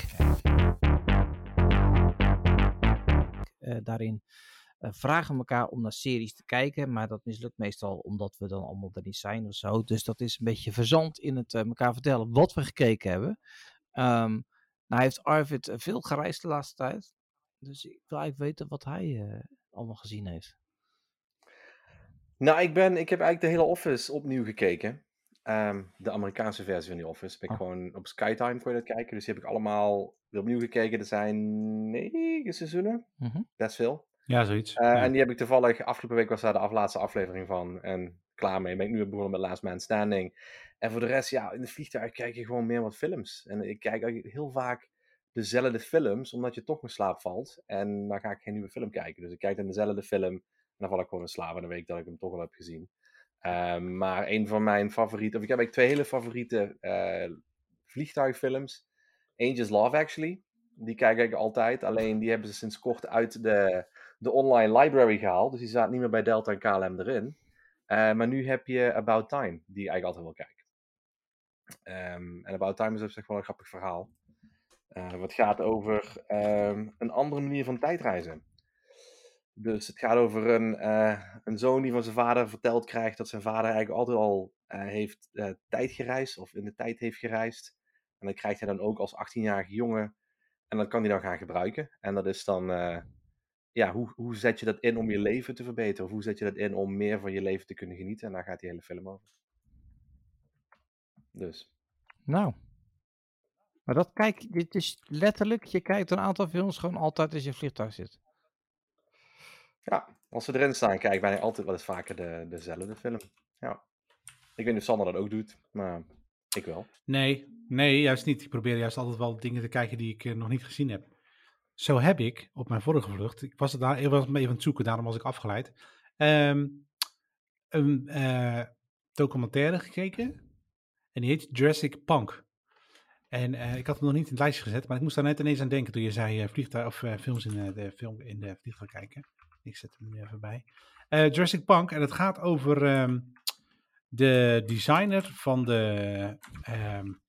Uh, daarin uh, vragen we elkaar om naar series te kijken, maar dat mislukt meestal omdat we dan allemaal er niet zijn of zo. Dus dat is een beetje verzand in het uh, elkaar vertellen wat we gekeken hebben. Um, nou heeft Arvid veel gereisd de laatste tijd, dus ik wil eigenlijk weten wat hij uh, allemaal gezien heeft. Nou, ik, ben, ik heb eigenlijk de hele Office opnieuw gekeken. Um, de Amerikaanse versie van die Office. Ben ik oh. gewoon op Skytime kon je dat kijken. Dus die heb ik allemaal weer opnieuw gekeken. Er zijn negen seizoenen. Mm-hmm. Best veel. Ja, zoiets. Uh, ja. En die heb ik toevallig, afgelopen week was daar de af, laatste aflevering van. En klaar mee. Ben ik nu begonnen met Last Man Standing. En voor de rest, ja, in de vliegtuig kijk je gewoon meer wat films. En ik kijk eigenlijk heel vaak dezelfde films, omdat je toch in slaap valt. En dan ga ik geen nieuwe film kijken. Dus ik kijk dan dezelfde film en dan val ik gewoon in slaap in de week dat ik hem toch al heb gezien. Uh, maar een van mijn favorieten, of ik heb eigenlijk twee hele favoriete uh, vliegtuigfilms. Eentje is Love Actually. Die kijk ik altijd. Alleen die hebben ze sinds kort uit de, de online library gehaald. Dus die staat niet meer bij Delta en K L M erin. Uh, maar nu heb je About Time, die ik eigenlijk altijd wil kijken. Um, en About Time is op zich wel een grappig verhaal. Uh, wat gaat over um, een andere manier van tijdreizen. Dus het gaat over een, uh, een zoon die van zijn vader verteld krijgt dat zijn vader eigenlijk altijd al uh, heeft uh, tijd gereisd, of in de tijd heeft gereisd. En dat krijgt hij dan ook als achttienjarige jongen. En dat kan hij dan gaan gebruiken. En dat is dan, uh, ja, hoe, hoe zet je dat in om je leven te verbeteren? Of hoe zet je dat in om meer van je leven te kunnen genieten? En daar gaat die hele film over. Dus. Nou. Maar dat kijk, dit is letterlijk, je kijkt een aantal films gewoon altijd als je in een vliegtuig zit. Ja, als ze erin staan, kijk ik bijna altijd wel eens vaker de, dezelfde film. Ja. Ik weet niet of Sander dat ook doet, maar ik wel. Nee, nee, juist niet. Ik probeer juist altijd wel dingen te kijken die ik uh, nog niet gezien heb. Zo heb ik op mijn vorige vlucht, ik was, het daar, ik was even aan het zoeken, daarom was ik afgeleid, um, een uh, documentaire gekeken. En die heet Jurassic Park. En uh, ik had hem nog niet in het lijstje gezet, maar ik moest daar net ineens aan denken toen je zei uh, vliegtuig, of uh, films in uh, de film in de vliegtuig kijken. Ik zet hem nu even bij. Uh, Jurassic Park, en het gaat over um, de designer van de, um,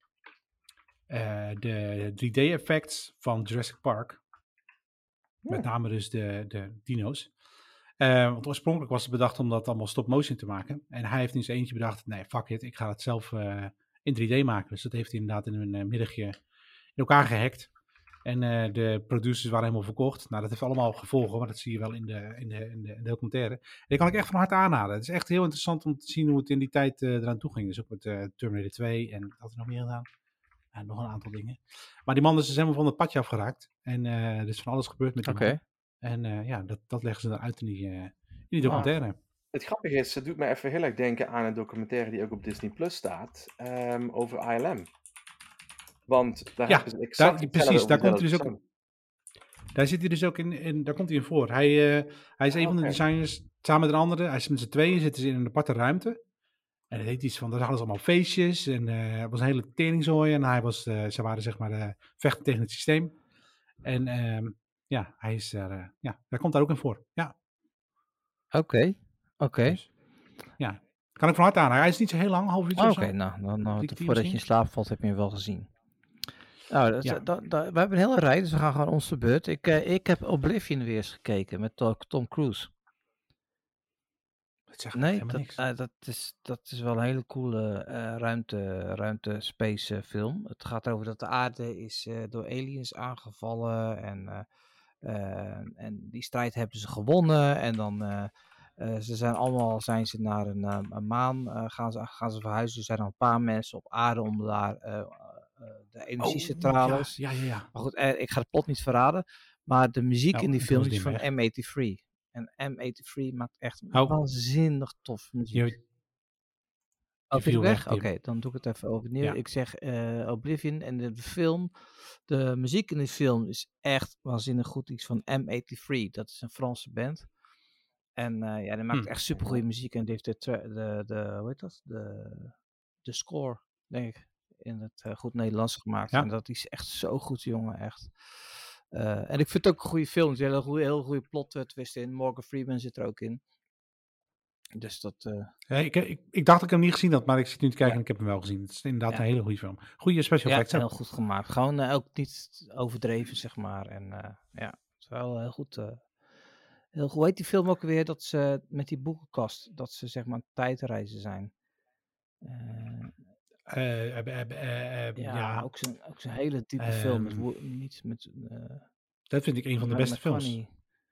uh, de drie D-effects van Jurassic Park. Hmm. Met name dus de, de dino's. Uh, want oorspronkelijk was het bedacht om dat allemaal stop-motion te maken. En hij heeft in zijn eentje bedacht, nee, fuck it, ik ga het zelf uh, in drie D maken. Dus dat heeft hij inderdaad in een uh, middagje in elkaar gehackt. En uh, de producers waren helemaal verkocht. Nou, dat heeft allemaal gevolgen, maar dat zie je wel in de, in de, in de, in de documentaire. En die kan ik echt van harte aanraden. Het is echt heel interessant om te zien hoe het in die tijd uh, eraan toe ging. Dus ook met uh, Terminator twee en wat had er nog meer gedaan? Ja, nog een aantal dingen. Maar die man is dus helemaal van het padje afgeraakt. En uh, er is van alles gebeurd met die okay. man. En uh, ja, dat, dat leggen ze dan uit in die, uh, in die documentaire. Ah. Het grappige is, het doet me even heel erg denken aan een documentaire die ook op Disney Plus staat. Um, over I L M. Want daar ja, hebben ze exact daar, precies, daar komt hij dus ook. Daar zit hij dus ook in, in daar komt hij in voor. Hij, uh, hij is oh, een van de okay. designers, samen met de anderen. Hij is met z'n tweeën, zitten ze in een aparte ruimte. En dat heet iets van, daar hadden ze allemaal feestjes. En uh, het was een hele teringzooi. En hij was, uh, ze waren zeg maar uh, vechten tegen het systeem. En uh, ja, hij is daar, uh, ja, daar komt daar ook in voor. Ja. Oké, okay. oké. Okay. Dus, ja, kan ik van harte aan. Hij is niet zo heel lang, half uurtje oh, of zo. Oké, okay, nou, dan, nou voordat je in slaap valt, heb je hem wel gezien. Nou, dat, ja. dat, dat, we hebben een hele rij, dus we gaan gewoon onze beurt. Ik, uh, ik heb Oblivion weer eens gekeken met uh, Tom Cruise. Dat zegt nee, dat, uh, dat, is, dat is wel een hele coole uh, ruimte, ruimte space uh, film. Het gaat over dat de aarde is uh, door aliens aangevallen en, uh, uh, en die strijd hebben ze gewonnen. En dan uh, uh, ze zijn allemaal zijn ze naar een, uh, een maan uh, gaan, ze, gaan ze verhuizen. Er zijn al een paar mensen op aarde om daar uh, uh, de energiecentrales. Oh, ja, ja, ja. Maar goed, uh, ik ga het plot niet verraden. Maar de muziek oh, in die film is van M eenentachtig. En M eenentachtig maakt echt oh. waanzinnig tof muziek. Je, je oh, viel weg? Oké, okay, dan doe ik het even overnieuw. Ja. Ik zeg uh, Oblivion en de film. De muziek in die film is echt waanzinnig goed. Iets van M eenentachtig. Dat is een Franse band. En uh, ja, die maakt hm. echt supergoeie muziek. En die heeft de, de, de hoe heet dat? De, de score, denk ik, in het uh, goed Nederlands gemaakt. Ja. En dat is echt zo goed, jongen, echt. Uh, en ik vind het ook een goede film. Er zit een heel goede, heel goede plot uh, twist in. Morgan Freeman zit er ook in. Dus dat... Uh... Ja, ik, ik, ik dacht dat ik hem niet gezien had, maar ik zit nu te kijken ja. en ik heb hem wel gezien. Het is inderdaad ja. een hele goede film. Goede special effects. Ja, heel goed gemaakt. Gewoon uh, ook niet overdreven, zeg maar. En uh, ja, het is wel heel goed. Uh, heel goed. Hoe heet die film ook weer? Dat ze met die boekenkast, dat ze zeg maar tijdreizen zijn. Uh, Uh, uh, uh, uh, ja, ja, ook zo'n, ook zo'n hele diepe um, film. Met wo- niet met, uh, dat vind ik een van de beste films. Uh,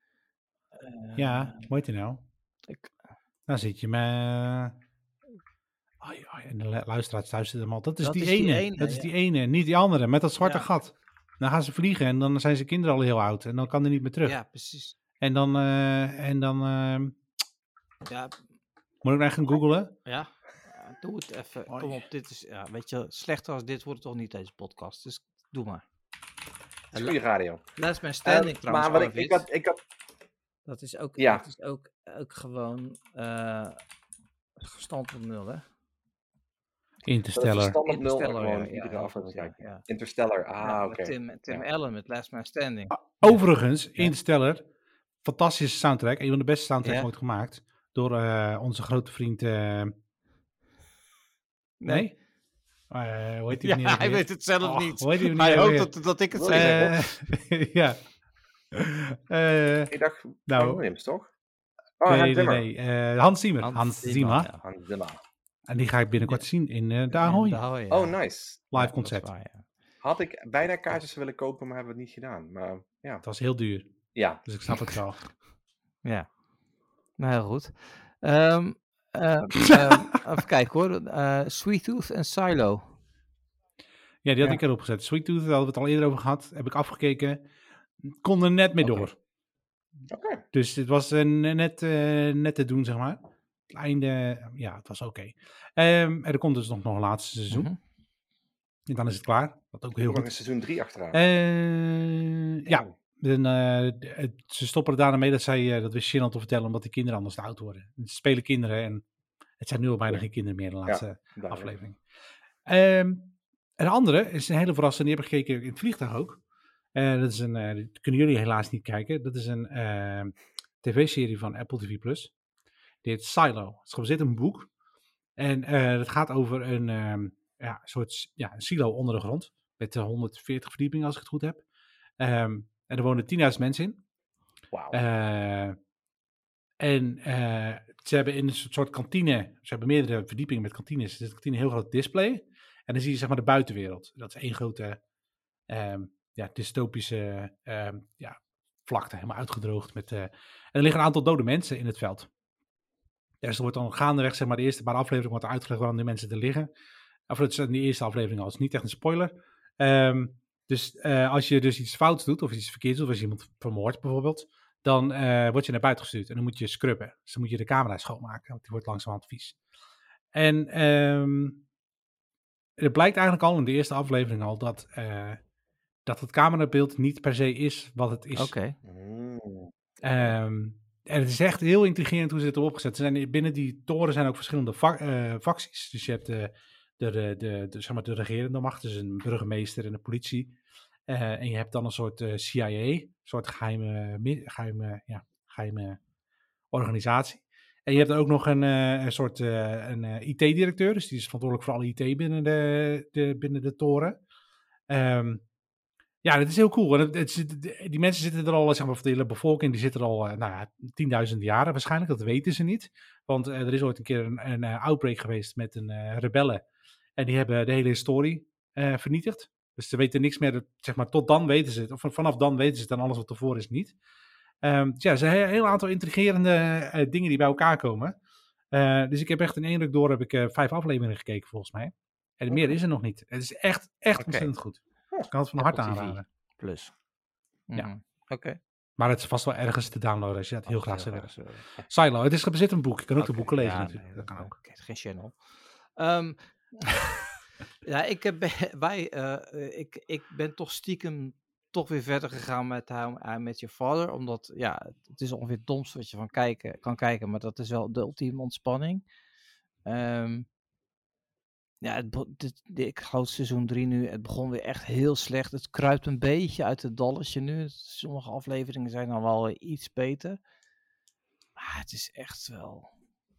ja, hoe heet die nou? Ik, Dan zit je met... Oh, ja, en de luisteraars thuis zitten allemaal. Dat is, dat die, is ene. die ene. Dat is ja. die ene, niet die andere, met dat zwarte ja. gat. Dan gaan ze vliegen en dan zijn ze kinderen al heel oud. En dan kan hij niet meer terug. Ja, precies. En dan... Uh, en dan uh, ja. Moet ik nou gaan googlen? Ja. Doe het even. Kom op, dit is, ja, weet je, slechter als dit wordt het toch niet deze podcast. Dus doe maar. Goeie radio. Last Man Standing uh, trouwens. Maar wat ik, ik had, ik had... Dat is ook, ja. dat is ook, ook gewoon uh, stand op nul, hè? Interstellar. Stand op nul, Interstellar, gewoon ja, iedere ja, aflevering ja, ja. Interstellar, ah, ja, oké. Okay. Tim, Tim ja. Allen met Last Man Standing. Ah, overigens, ja. Interstellar, fantastische soundtrack. Een van de beste soundtracks ja. ooit gemaakt. Door uh, onze grote vriend... Uh, Nee? Uh, hoe heet die ja, hij weet het zelf oh, niet. Hij, hij hoopt dat, dat ik het zeg. Uh, ja. Uh, ik dacht, nou, Williams, toch? Oh, nee, nee, nee. Uh, Hans Zimmer. Hans, Hans Zimmer. Ja, Hans Zimmer. En die ga ik binnenkort ja. zien in uh, de Ahoy. Ja, ja. Oh, nice. Live concert. Waar, ja. Had ik bijna kaartjes willen kopen, maar hebben we het niet gedaan. Maar ja. Het was heel duur. Ja. Dus ik snap het wel. Ja. Nou, heel goed. Um, Uh, uh, even kijken hoor. Uh, Sweet Tooth en Silo. Ja, die had ja. ik erop gezet. Sweet Tooth, daar hadden we het al eerder over gehad. Heb ik afgekeken. Kon er net mee okay. door. Okay. Dus het was uh, net, uh, net te doen, zeg maar. Het einde, ja, het was oké. Okay. Um, er komt dus nog, nog een laatste seizoen. Mm-hmm. En dan is het klaar. Wat ook heel goed. Nog seizoen drie achteraan. Uh, ja. En, uh, ze stoppen er daarna mee dat zij, uh, dat we gênant te vertellen, omdat die kinderen anders te oud worden. Het spelen kinderen en het zijn nu al bijna ja. geen kinderen meer, de laatste ja, aflevering. Um, een andere is een hele verrassende, die heb ik gekeken in het vliegtuig ook. Uh, dat is een, uh, dat kunnen jullie helaas niet kijken. Dat is een uh, tv-serie van Apple T V Plus. Die heet Silo. Het is gebaseerd op een boek. En uh, het gaat over een um, ja, soort ja, een silo onder de grond. Met uh, honderdveertig verdiepingen, als ik het goed heb. Um, en er wonen tienduizend mensen in. Wauw. Uh, en uh, ze hebben in een soort kantine, ze hebben meerdere verdiepingen met kantines. Er zit een kantine een heel groot display. En dan zie je zeg maar de buitenwereld. Dat is één grote um, ja, dystopische um, ja, vlakte, helemaal uitgedroogd. Met, uh, en er liggen een aantal dode mensen in het veld. Ja, dus er wordt dan gaandeweg, zeg maar, de eerste paar afleveringen wordt er uitgelegd waarom die mensen er liggen. Of het is in de eerste aflevering al, is niet echt een spoiler. Um, dus uh, als je dus iets fouts doet, of iets verkeerds doet, als je iemand vermoordt bijvoorbeeld, dan uh, word je naar buiten gestuurd en dan moet je scrubben. Dus dan moet je de camera schoonmaken, want die wordt langzamerhand vies. En um, het blijkt eigenlijk al in de eerste aflevering al dat, uh, dat het camerabeeld niet per se is wat het is. Oké. Okay. Um, en het is echt heel intrigerend hoe ze het erop opgezet. Zijn, binnen die toren zijn ook verschillende va- uh, facties. Dus je hebt de, de, de, de, de, zeg maar de regerende macht, dus een burgemeester en een politie. Uh, en je hebt dan een soort uh, C I A, een soort geheime, geheime, ja, geheime organisatie. En je hebt ook nog een, uh, een soort uh, een, uh, I T-directeur, dus die is verantwoordelijk voor alle I T binnen de, de, binnen de toren. Um, ja, dat is heel cool. En het, het, die mensen zitten er al, zeg maar, de hele bevolking, die zitten er al, uh, nou ja, tienduizenden jaren waarschijnlijk, dat weten ze niet. Want uh, er is ooit een keer een, een uh, outbreak geweest met een uh, rebellen. En die hebben de hele historie uh, vernietigd. Dus ze weten niks meer, dat, zeg maar, tot dan weten ze het. Of vanaf dan weten ze het en alles wat ervoor is niet. Um, dus ja, er zijn een heel aantal intrigerende uh, dingen die bij elkaar komen. Uh, dus ik heb echt in één ruk door, heb ik uh, vijf afleveringen gekeken volgens mij. En meer is er nog niet. Het is echt, echt okay. ontzettend goed. Ik kan het van harte aanraden. Plus. Mm-hmm. Ja. Oké. Okay. Maar het is vast wel ergens te downloaden als je dat heel oh, graag zou willen. Silo, het is gebaseerd op een boek. Je kan ook okay, de boeken lezen ja, natuurlijk. Nee, dat kan ook. Okay, geen channel. Um, ja, ik, heb, wij, uh, ik, ik ben toch stiekem toch weer verder gegaan met How I Met Your Father. Omdat, ja, het is ongeveer het domste wat je van kijken, kan kijken. Maar dat is wel de ultieme ontspanning. Um, ja, het, dit, dit, ik geloof seizoen drie nu. Het begon weer echt heel slecht. Het kruipt een beetje uit het dalletje nu. Sommige afleveringen zijn dan wel iets beter. Maar het is echt wel...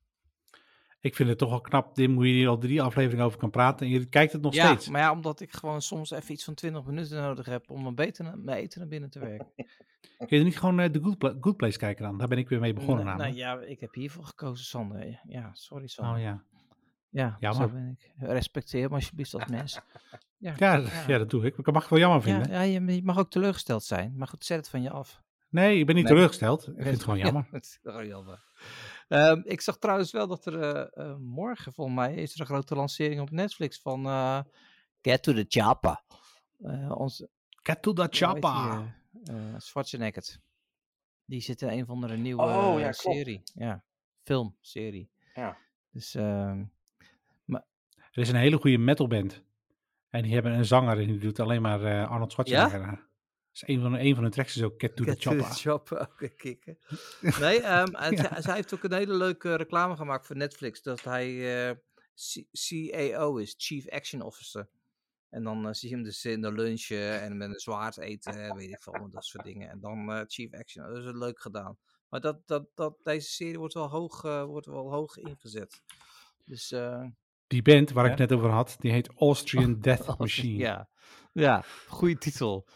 Ik vind het toch wel knap, Dim, hoe je hier al drie afleveringen over kan praten en je kijkt het nog ja, steeds. Ja, maar ja, omdat ik gewoon soms even iets van twintig minuten nodig heb om mijn, beter, mijn eten naar binnen te werken. Kun je niet gewoon uh, de Good, Pla- Good Place kijken dan? Daar ben ik weer mee begonnen nee, namelijk. Nee, ja, ik heb hiervoor gekozen, Sander. Ja, sorry Sander. Oh ja. Ja, jammer. Zo ben ik. Respecteer me alsjeblieft als mens. Ja, ja, ja. ja, dat doe ik. Ik mag het wel jammer vinden. Ja, ja, je mag ook teleurgesteld zijn. Maar goed, zet het van je af. Nee, ik ben niet nee. teleurgesteld. Ik vind het gewoon jammer. Ja, het is gewoon jammer. Um, ik zag trouwens wel dat er uh, uh, morgen, volgens mij, is er een grote lancering op Netflix van uh, Get to the Chopper. Uh, onze, Get to the Chopper. Uh, uh, Schwarzenegger. Die zit in een van de nieuwe oh, ja, serie. Ja, filmserie. Ja. Dus, uh, maar... Er is een hele goede metalband. En die hebben een zanger en die doet alleen maar uh, Arnold Schwarzenegger. Ja? Dus een van, een van hun tracks is ook Get to Get the Chopper. Get to the Chopper, oké, okay, kicken. Nee, um, ja. zij, zij heeft ook een hele leuke reclame gemaakt voor Netflix. Dat hij uh, C- C A O is, Chief Action Officer. En dan uh, zie je hem dus in de lunchen en met een zwaard eten, weet ik veel, dat soort dingen. En dan uh, Chief Action, dat is leuk gedaan. Maar dat, dat, dat, deze serie wordt wel hoog, uh, wordt wel hoog ingezet. Dus... Uh, Die band waar ja? ik het net over had, die heet Austrian Death Machine. Ja, ja, goede titel.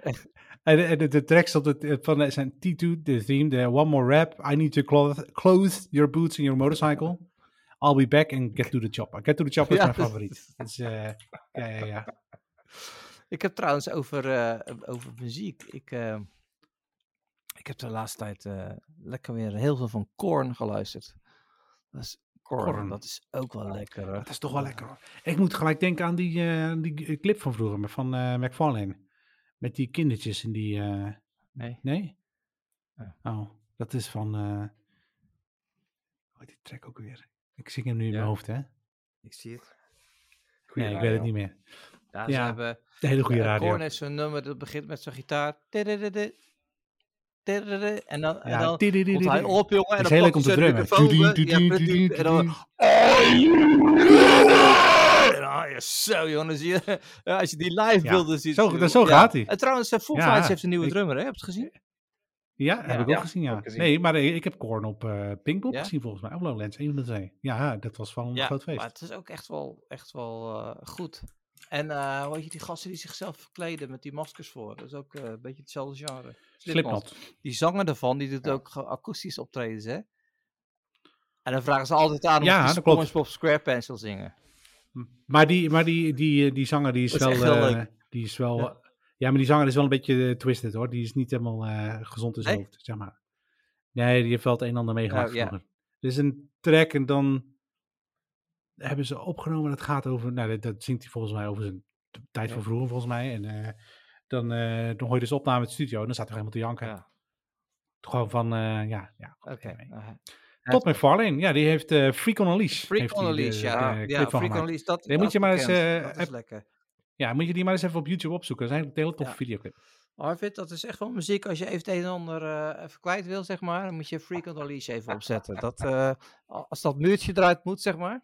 En de, de tracks op het, van zijn T twee, de theme, de One More Rap, I Need to clothe, clothe your boots in your motorcycle, I'll be back and Get to the Chopper. Get to the Chopper ja, is mijn favoriet. Dus, uh, ja, ja, ja. Ik heb trouwens over, uh, over muziek, ik, uh, ik heb de laatste tijd uh, lekker weer heel veel van Korn geluisterd. Dat is Korn, Korn. Dat is ook wel lekker. Hoor. Dat is toch wel lekker hoor. Ik moet gelijk denken aan die, uh, die clip van vroeger, van uh, McFarlane. Met die kindertjes in die... Uh... Nee. Nee? Ja. Oh, dat is van... Uh... Hoe heet die track ook weer? Ik zing hem nu in ja. mijn hoofd, hè? Ik zie het. Goeie nee, radio. Ik weet het niet meer. Ja, ze ja hebben... De hele goede radio. Korn heeft zo'n nummer, dat begint met zijn gitaar. En dan, ja, en dan komt hij op, jongen. En dan heel leuk om te drummen. En dan... Ja, zo, jongen. Zie je, als je die live beelden ja, ziet. Zo, zo, zo ja. gaat hij. En trouwens, Foo Fighters ja, heeft een nieuwe ik, drummer, hè? Heb je het gezien? Ja, heb Ja. ik ook Ja, gezien, ja. ook gezien. Nee, maar eh, ik heb Korn op eh Pinkpop Ja? gezien volgens mij. Of Lowlands, een van de twee. Ja, dat was wel een Ja, groot feest. maar het is ook echt wel, echt wel eh, goed. En eh hoe heet je, die gasten die zichzelf verkleden met die maskers voor. Dat is ook eh, een beetje hetzelfde genre. Slipknot. Slipknot. Die zanger daarvan, die doet Ja. ook ge- akoestisch optredens, hè? En dan vragen ze altijd aan of Ja, die dat klopt. SpongeBob SquarePants wil zingen. Maar die, maar die, die, eh, die zanger die is Dat is wel... echt heel eh, leuk. die is wel... Ja. Ja. maar die zanger is wel een beetje eh, twisted hoor. Die is niet helemaal eh, gezond in zijn Nee? hoofd, zeg maar. Nee, die heeft wel het een en ander meegemaakt Oh, ja. vroeger. Er is een track en dan hebben ze opgenomen. Dat gaat over... Nou, dat, dat zingt hij volgens mij over zijn t- tijd Ja. van vroeger volgens mij. En eh, dan, eh, dan hoor je dus opname in het studio. En dan staat hij helemaal te janken. Ja, Gewoon van... eh, ja, ja. oké. anyway. Nou, Todd McFarlane, ja, die heeft eh Freak on a Leash. Freak heeft on a hij de- Leash, ja. de Ja, clip van Freak on a gemaakt. Leash, dat, Nee, dat moet is je maar eens, bekend. eh, Dat is heb- lekker. Ja, moet je die maar eens even op YouTube opzoeken. Dat is eigenlijk een hele toffe Ja. videoclip. Arvid, dat is echt wel muziek. Als je even het een en ander eh, even kwijt wil, zeg maar, dan moet je Freak on a Leash even opzetten. Dat, eh, als dat muurtje eruit moet, zeg maar.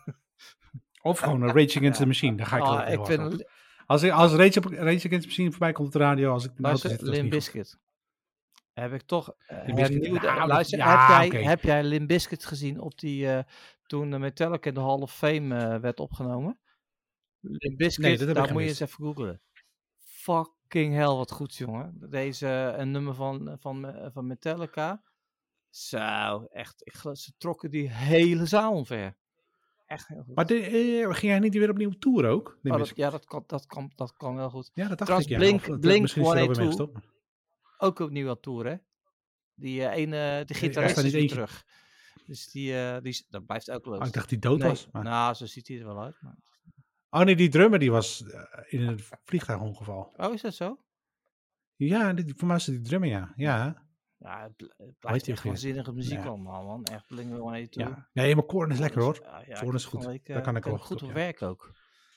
Of gewoon een Rage Against the Ja. Machine. Daar ga ik Ah, wel heel ik hard vind op. Li- Als, ik- als Rage, Rage Against the Machine voorbij komt op de radio, als ik in de auto luister, zit, dat is Limp niet goed. Bizkit. Heb ik toch eh, Limp Bizkit, hernieuwde... nou, dat- luister, ja, heb, jij, oké. heb jij Limp Bizkit gezien op die... eh, toen de Metallica in de Hall of Fame eh, werd opgenomen? Limp Bizkit, Nee, dat heb ik daar moet je eens gemist. even googlen. Fucking hell, wat goed, jongen. Deze, eh, een nummer van, van, eh, van Metallica. Zo, echt. Ik geloof, ze trokken die hele zaal omver. Echt heel goed. Maar de, eh, ging jij niet weer opnieuw op tour ook? Limp Oh, dat, Bizkit? ja, dat kan, dat, kan, dat kan wel goed. Ja, dat dacht Trouwens, ik, ja. Blink- Of, dat- Blink misschien is hij er alweer mee honderdtwintig-twee. gestopt. Ook opnieuw aan tour, hè? Die eh, ene, de is gitarist daar is niet weer eentje? terug. Dus die, eh, die, is- dat blijft ook leuk. Oh, ik dacht die dood Nee, was. Maar... nou, zo ziet hij er wel uit. Maar... Oh nee, die drummer die was eh, in een vliegtuigongeval. Oh, is dat zo? Ja, die, voor mij is het die drummer, ja. Ja, Ja, het, bl- het Weet blijft je echt ook weer? waanzinnige muziek Ja. allemaal, man. Echt Blink honderdtwintig. ja. Nee, maar Korn is lekker hoor. Ja, ja, Korn ik is heb goed. van de week, Daar eh, kan ik ben wel goed goed op op, ja. werk ook.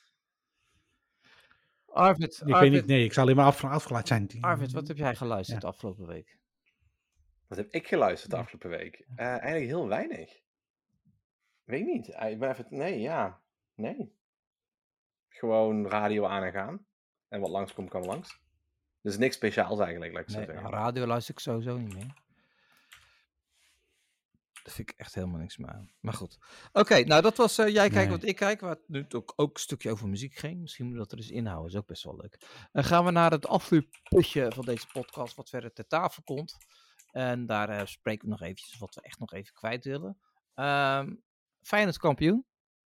Arvid, Ik weet Arvid, niet, nee, ik zal alleen maar af, afgeleid zijn. Arvid, wat heb jij geluisterd de afgelopen week? Wat heb ik geluisterd de afgelopen week? Eh, eigenlijk heel weinig. Weet niet. Eh, Ik ben even... Nee, ja. Nee. Gewoon radio aan en gaan. En wat langskomt, kan langs. Dus niks speciaals eigenlijk, laat ik zo Nee, zeggen. nou, radio luister ik sowieso niet meer. Daar vind ik echt helemaal niks meer aan. Maar goed. Oké, nou dat was eh, jij kijkt Nee. wat ik kijk. Waar het nu ook, ook een stukje over muziek ging. Misschien moet dat er eens inhouden. Is ook best wel leuk. Dan gaan we naar het afvuurputje van deze podcast. Wat verder ter tafel komt. En daar eh, spreken we nog eventjes wat we echt nog even kwijt willen. Ehm Feyenoord kampioen.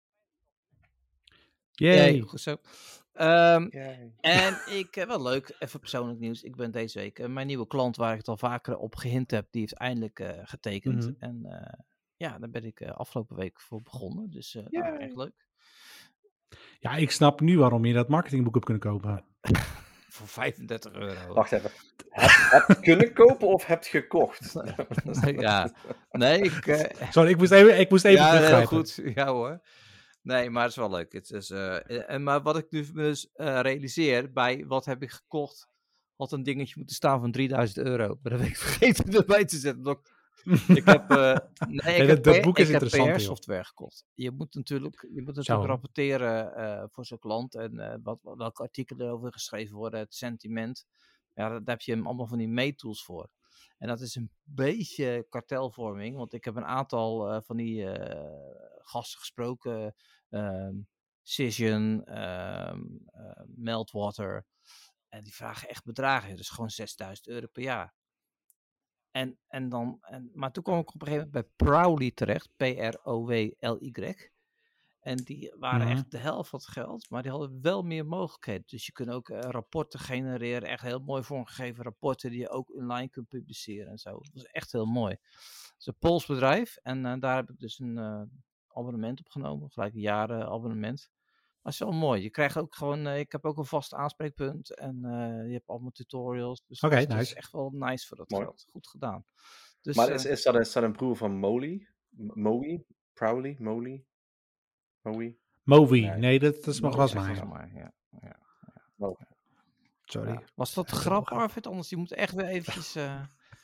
Yay. Yay, goed zo. Ehm, Yay. en ik, eh, wel leuk, even persoonlijk nieuws. Ik ben deze week, eh, mijn nieuwe klant waar ik het al vaker op gehint heb, die heeft eindelijk eh, getekend. Mhm. En eh, ja, daar ben ik eh, afgelopen week voor begonnen. Dus eh nou, Yay. echt leuk. Ja, ik snap nu waarom je dat marketingboek hebt kunnen kopen. Voor vijfendertig euro. Wacht even. Heb, heb je kunnen kopen of heb je gekocht? ja, nee, ik... eh, Sorry, ik moest even, ik moest even ja, heel teruggrijpen. goed. Ja hoor. Nee, maar het is wel leuk. Het is, eh, en, maar wat ik nu dus eh, realiseer, bij wat heb ik gekocht, had een dingetje moeten staan van drieduizend euro. Maar dat ben ik vergeten erbij te zetten. omdat Ik, ik heb, eh, nee, ik dat- heb, dat P- boek is ik heb interessant, P R joh. software gekocht. Je moet natuurlijk, je moet Zo. natuurlijk rapporteren eh, voor zo'n klant en eh, wat, welke artikelen erover geschreven worden, het sentiment. Ja, daar, daar heb je hem allemaal van die meetools voor. En dat is een beetje kartelvorming, want ik heb een aantal eh, van die eh, gasten gesproken. ehm Cision, ehm eh, Meltwater. En die vragen echt bedragen. Dus gewoon zesduizend euro per jaar. En, en dan, en, maar toen kwam ik op een gegeven moment bij Prowly terecht. P R O W L Y. En die waren Mhm. echt de helft van het geld. Maar die hadden wel meer mogelijkheden. Dus je kunt ook eh, rapporten genereren. Echt heel mooi vormgegeven rapporten die je ook online kunt publiceren en zo. Dat was echt heel mooi. Het is een Pools bedrijf. En eh, daar heb ik dus een eh, abonnement op genomen. Gelijk een jaren abonnement. Maar het is wel mooi. Je krijgt ook gewoon, eh, ik heb ook een vast aanspreekpunt. En eh, je hebt allemaal tutorials. Dus Oké, dat is- dat is nice. echt wel nice voor dat Mooi. geld. Goed gedaan. Dus, Maar eh, is, is, dat, is dat een broer van Molly? M- Moe? Prowly? Molly? Moe? Movi. Nee. Nee, dat, dat is mijn mooi, glas zeg maar. maar, ja. Ja. Oh, Sorry. Ja. Was dat Ja, grap, grap. Arvid? Anders je moet echt weer eventjes eh,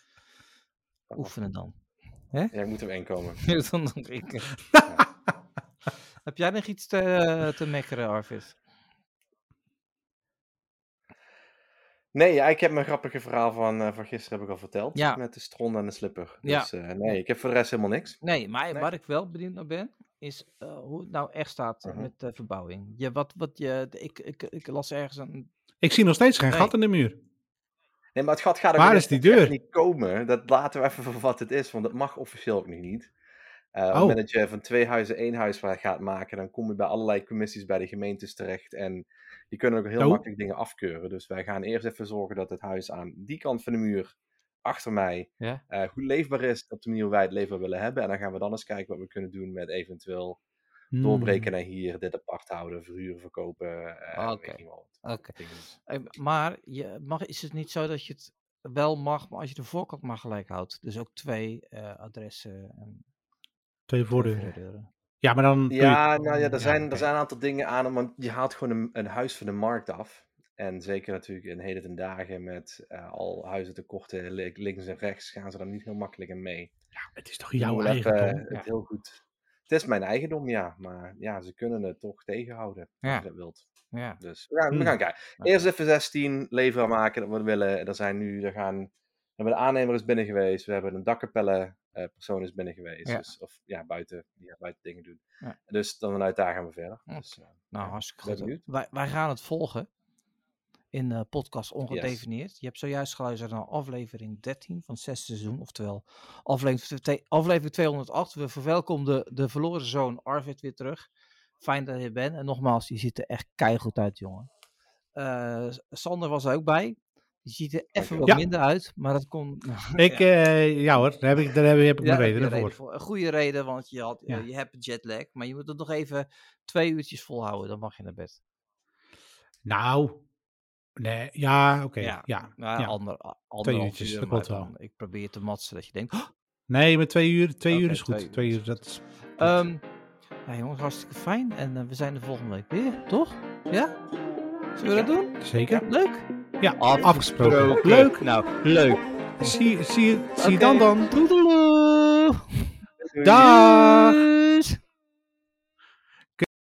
oefenen dan. ja, ik moet er inkomen. Dan nog ik. Heb jij nog iets te, te mekkeren, Arvid? Nee, ja, ik heb mijn grappige verhaal van, uh, van gisteren heb ik al verteld. Ja. Met de stront en de slipper. Ja. Dus uh, nee, ik heb voor de rest helemaal niks. Nee, maar Nee. waar ik wel benieuwd naar ben, is uh, hoe het nou echt staat Mhm. met de verbouwing. Je, wat, wat je, ik, ik, ik las ergens een... Ik zie nog steeds geen Nee. gat in de muur. Nee, maar het gat gaat ook Waar niet- is die het gaat deur? niet komen. Dat laten we even voor wat het is, want dat mag officieel ook nog niet. Uh, op het Oh. moment dat je van twee huizen één huis gaat maken, dan kom je bij allerlei commissies bij de gemeentes terecht. En die kunnen ook heel Oh. makkelijk dingen afkeuren. Dus wij gaan eerst even zorgen dat het huis aan die kant van de muur, achter mij, Ja? uh, goed leefbaar is. Op de manier hoe wij het leefbaar willen hebben. En dan gaan we dan eens kijken wat we kunnen doen met eventueel Hmm. doorbreken naar hier, dit apart houden, verhuren, verkopen. Uh, Oké. weet ik niet wat. Oké. Dingen. Eh, Maar je mag, is het niet zo dat je het wel mag, maar als je de voorkant maar gelijk houdt? Dus ook twee uh, adressen en Twee twee voordeuren. voordeuren. Ja, maar dan kun je... Ja, nou ja, er, Ja, zijn, oké. er zijn een aantal dingen aan, want je haalt gewoon een, een huis van de markt af. En zeker natuurlijk in heden ten dagen met uh, al huizen tekorten li- links en rechts, gaan ze daar niet heel makkelijk in mee. Ja, het is toch Je jouw moet even, eigendom? uh, het Ja. heel goed. Het is mijn eigendom, ja, maar ja, ze kunnen het toch tegenhouden, als Ja. je dat wilt. Ja. Dus we gaan, we Hmm. gaan kijken. Eerst even zestien lever maken dat we willen. Er zijn nu, er gaan, we hebben de aannemer is binnen geweest, we hebben een dakkapelle uh, persoon is binnen geweest. Ja. Dus, of ja, buiten, ja, buiten dingen doen. Ja. Dus dan vanuit daar gaan we verder. Oké. Dus, uh, Nou, ja, hartstikke ben goed. benieuwd. Wij, wij gaan het volgen in de podcast Ongedefinieerd. Je hebt zojuist geluisterd naar aflevering dertien van het zesde seizoen, oftewel aflevering, twee, aflevering tweehonderdacht. We verwelkomden de verloren zoon Arvid weer terug. Fijn dat je er bent. En nogmaals, die ziet er echt keigoed uit, jongen. Uh, Sander was er ook bij. Die ziet er even wat Ja. minder uit, maar dat komt... Ik, ja, uh, ja hoor, daar heb ik, daar heb, heb ik Ja, mijn heb je reden reden voor. voor. Een goede reden, want je, had, Ja. uh, je hebt jetlag. Maar je moet het nog even twee uurtjes volhouden, dan mag je naar bed. Nou, nee, ja, oké. Okay, Ja, ja, nou, ja. ander, Twee anderhalf uurtjes, uur, dat maar klopt wel. dan, ik probeer te matsen dat je denkt... "Oh, Nee, met twee uur, twee Oké, uur is goed. twee uur Twee is uur, dat is... Um, ja, jongens, hartstikke fijn. En uh, we zijn de volgende week weer, toch? Ja? Zullen we dat doen? Zeker. Leuk? Ja, Afgesproken. afgesproken. Leuk. Nou, leuk. Zie, zie, zie Oké, dan dan. Doedeloe! Doei. Dag.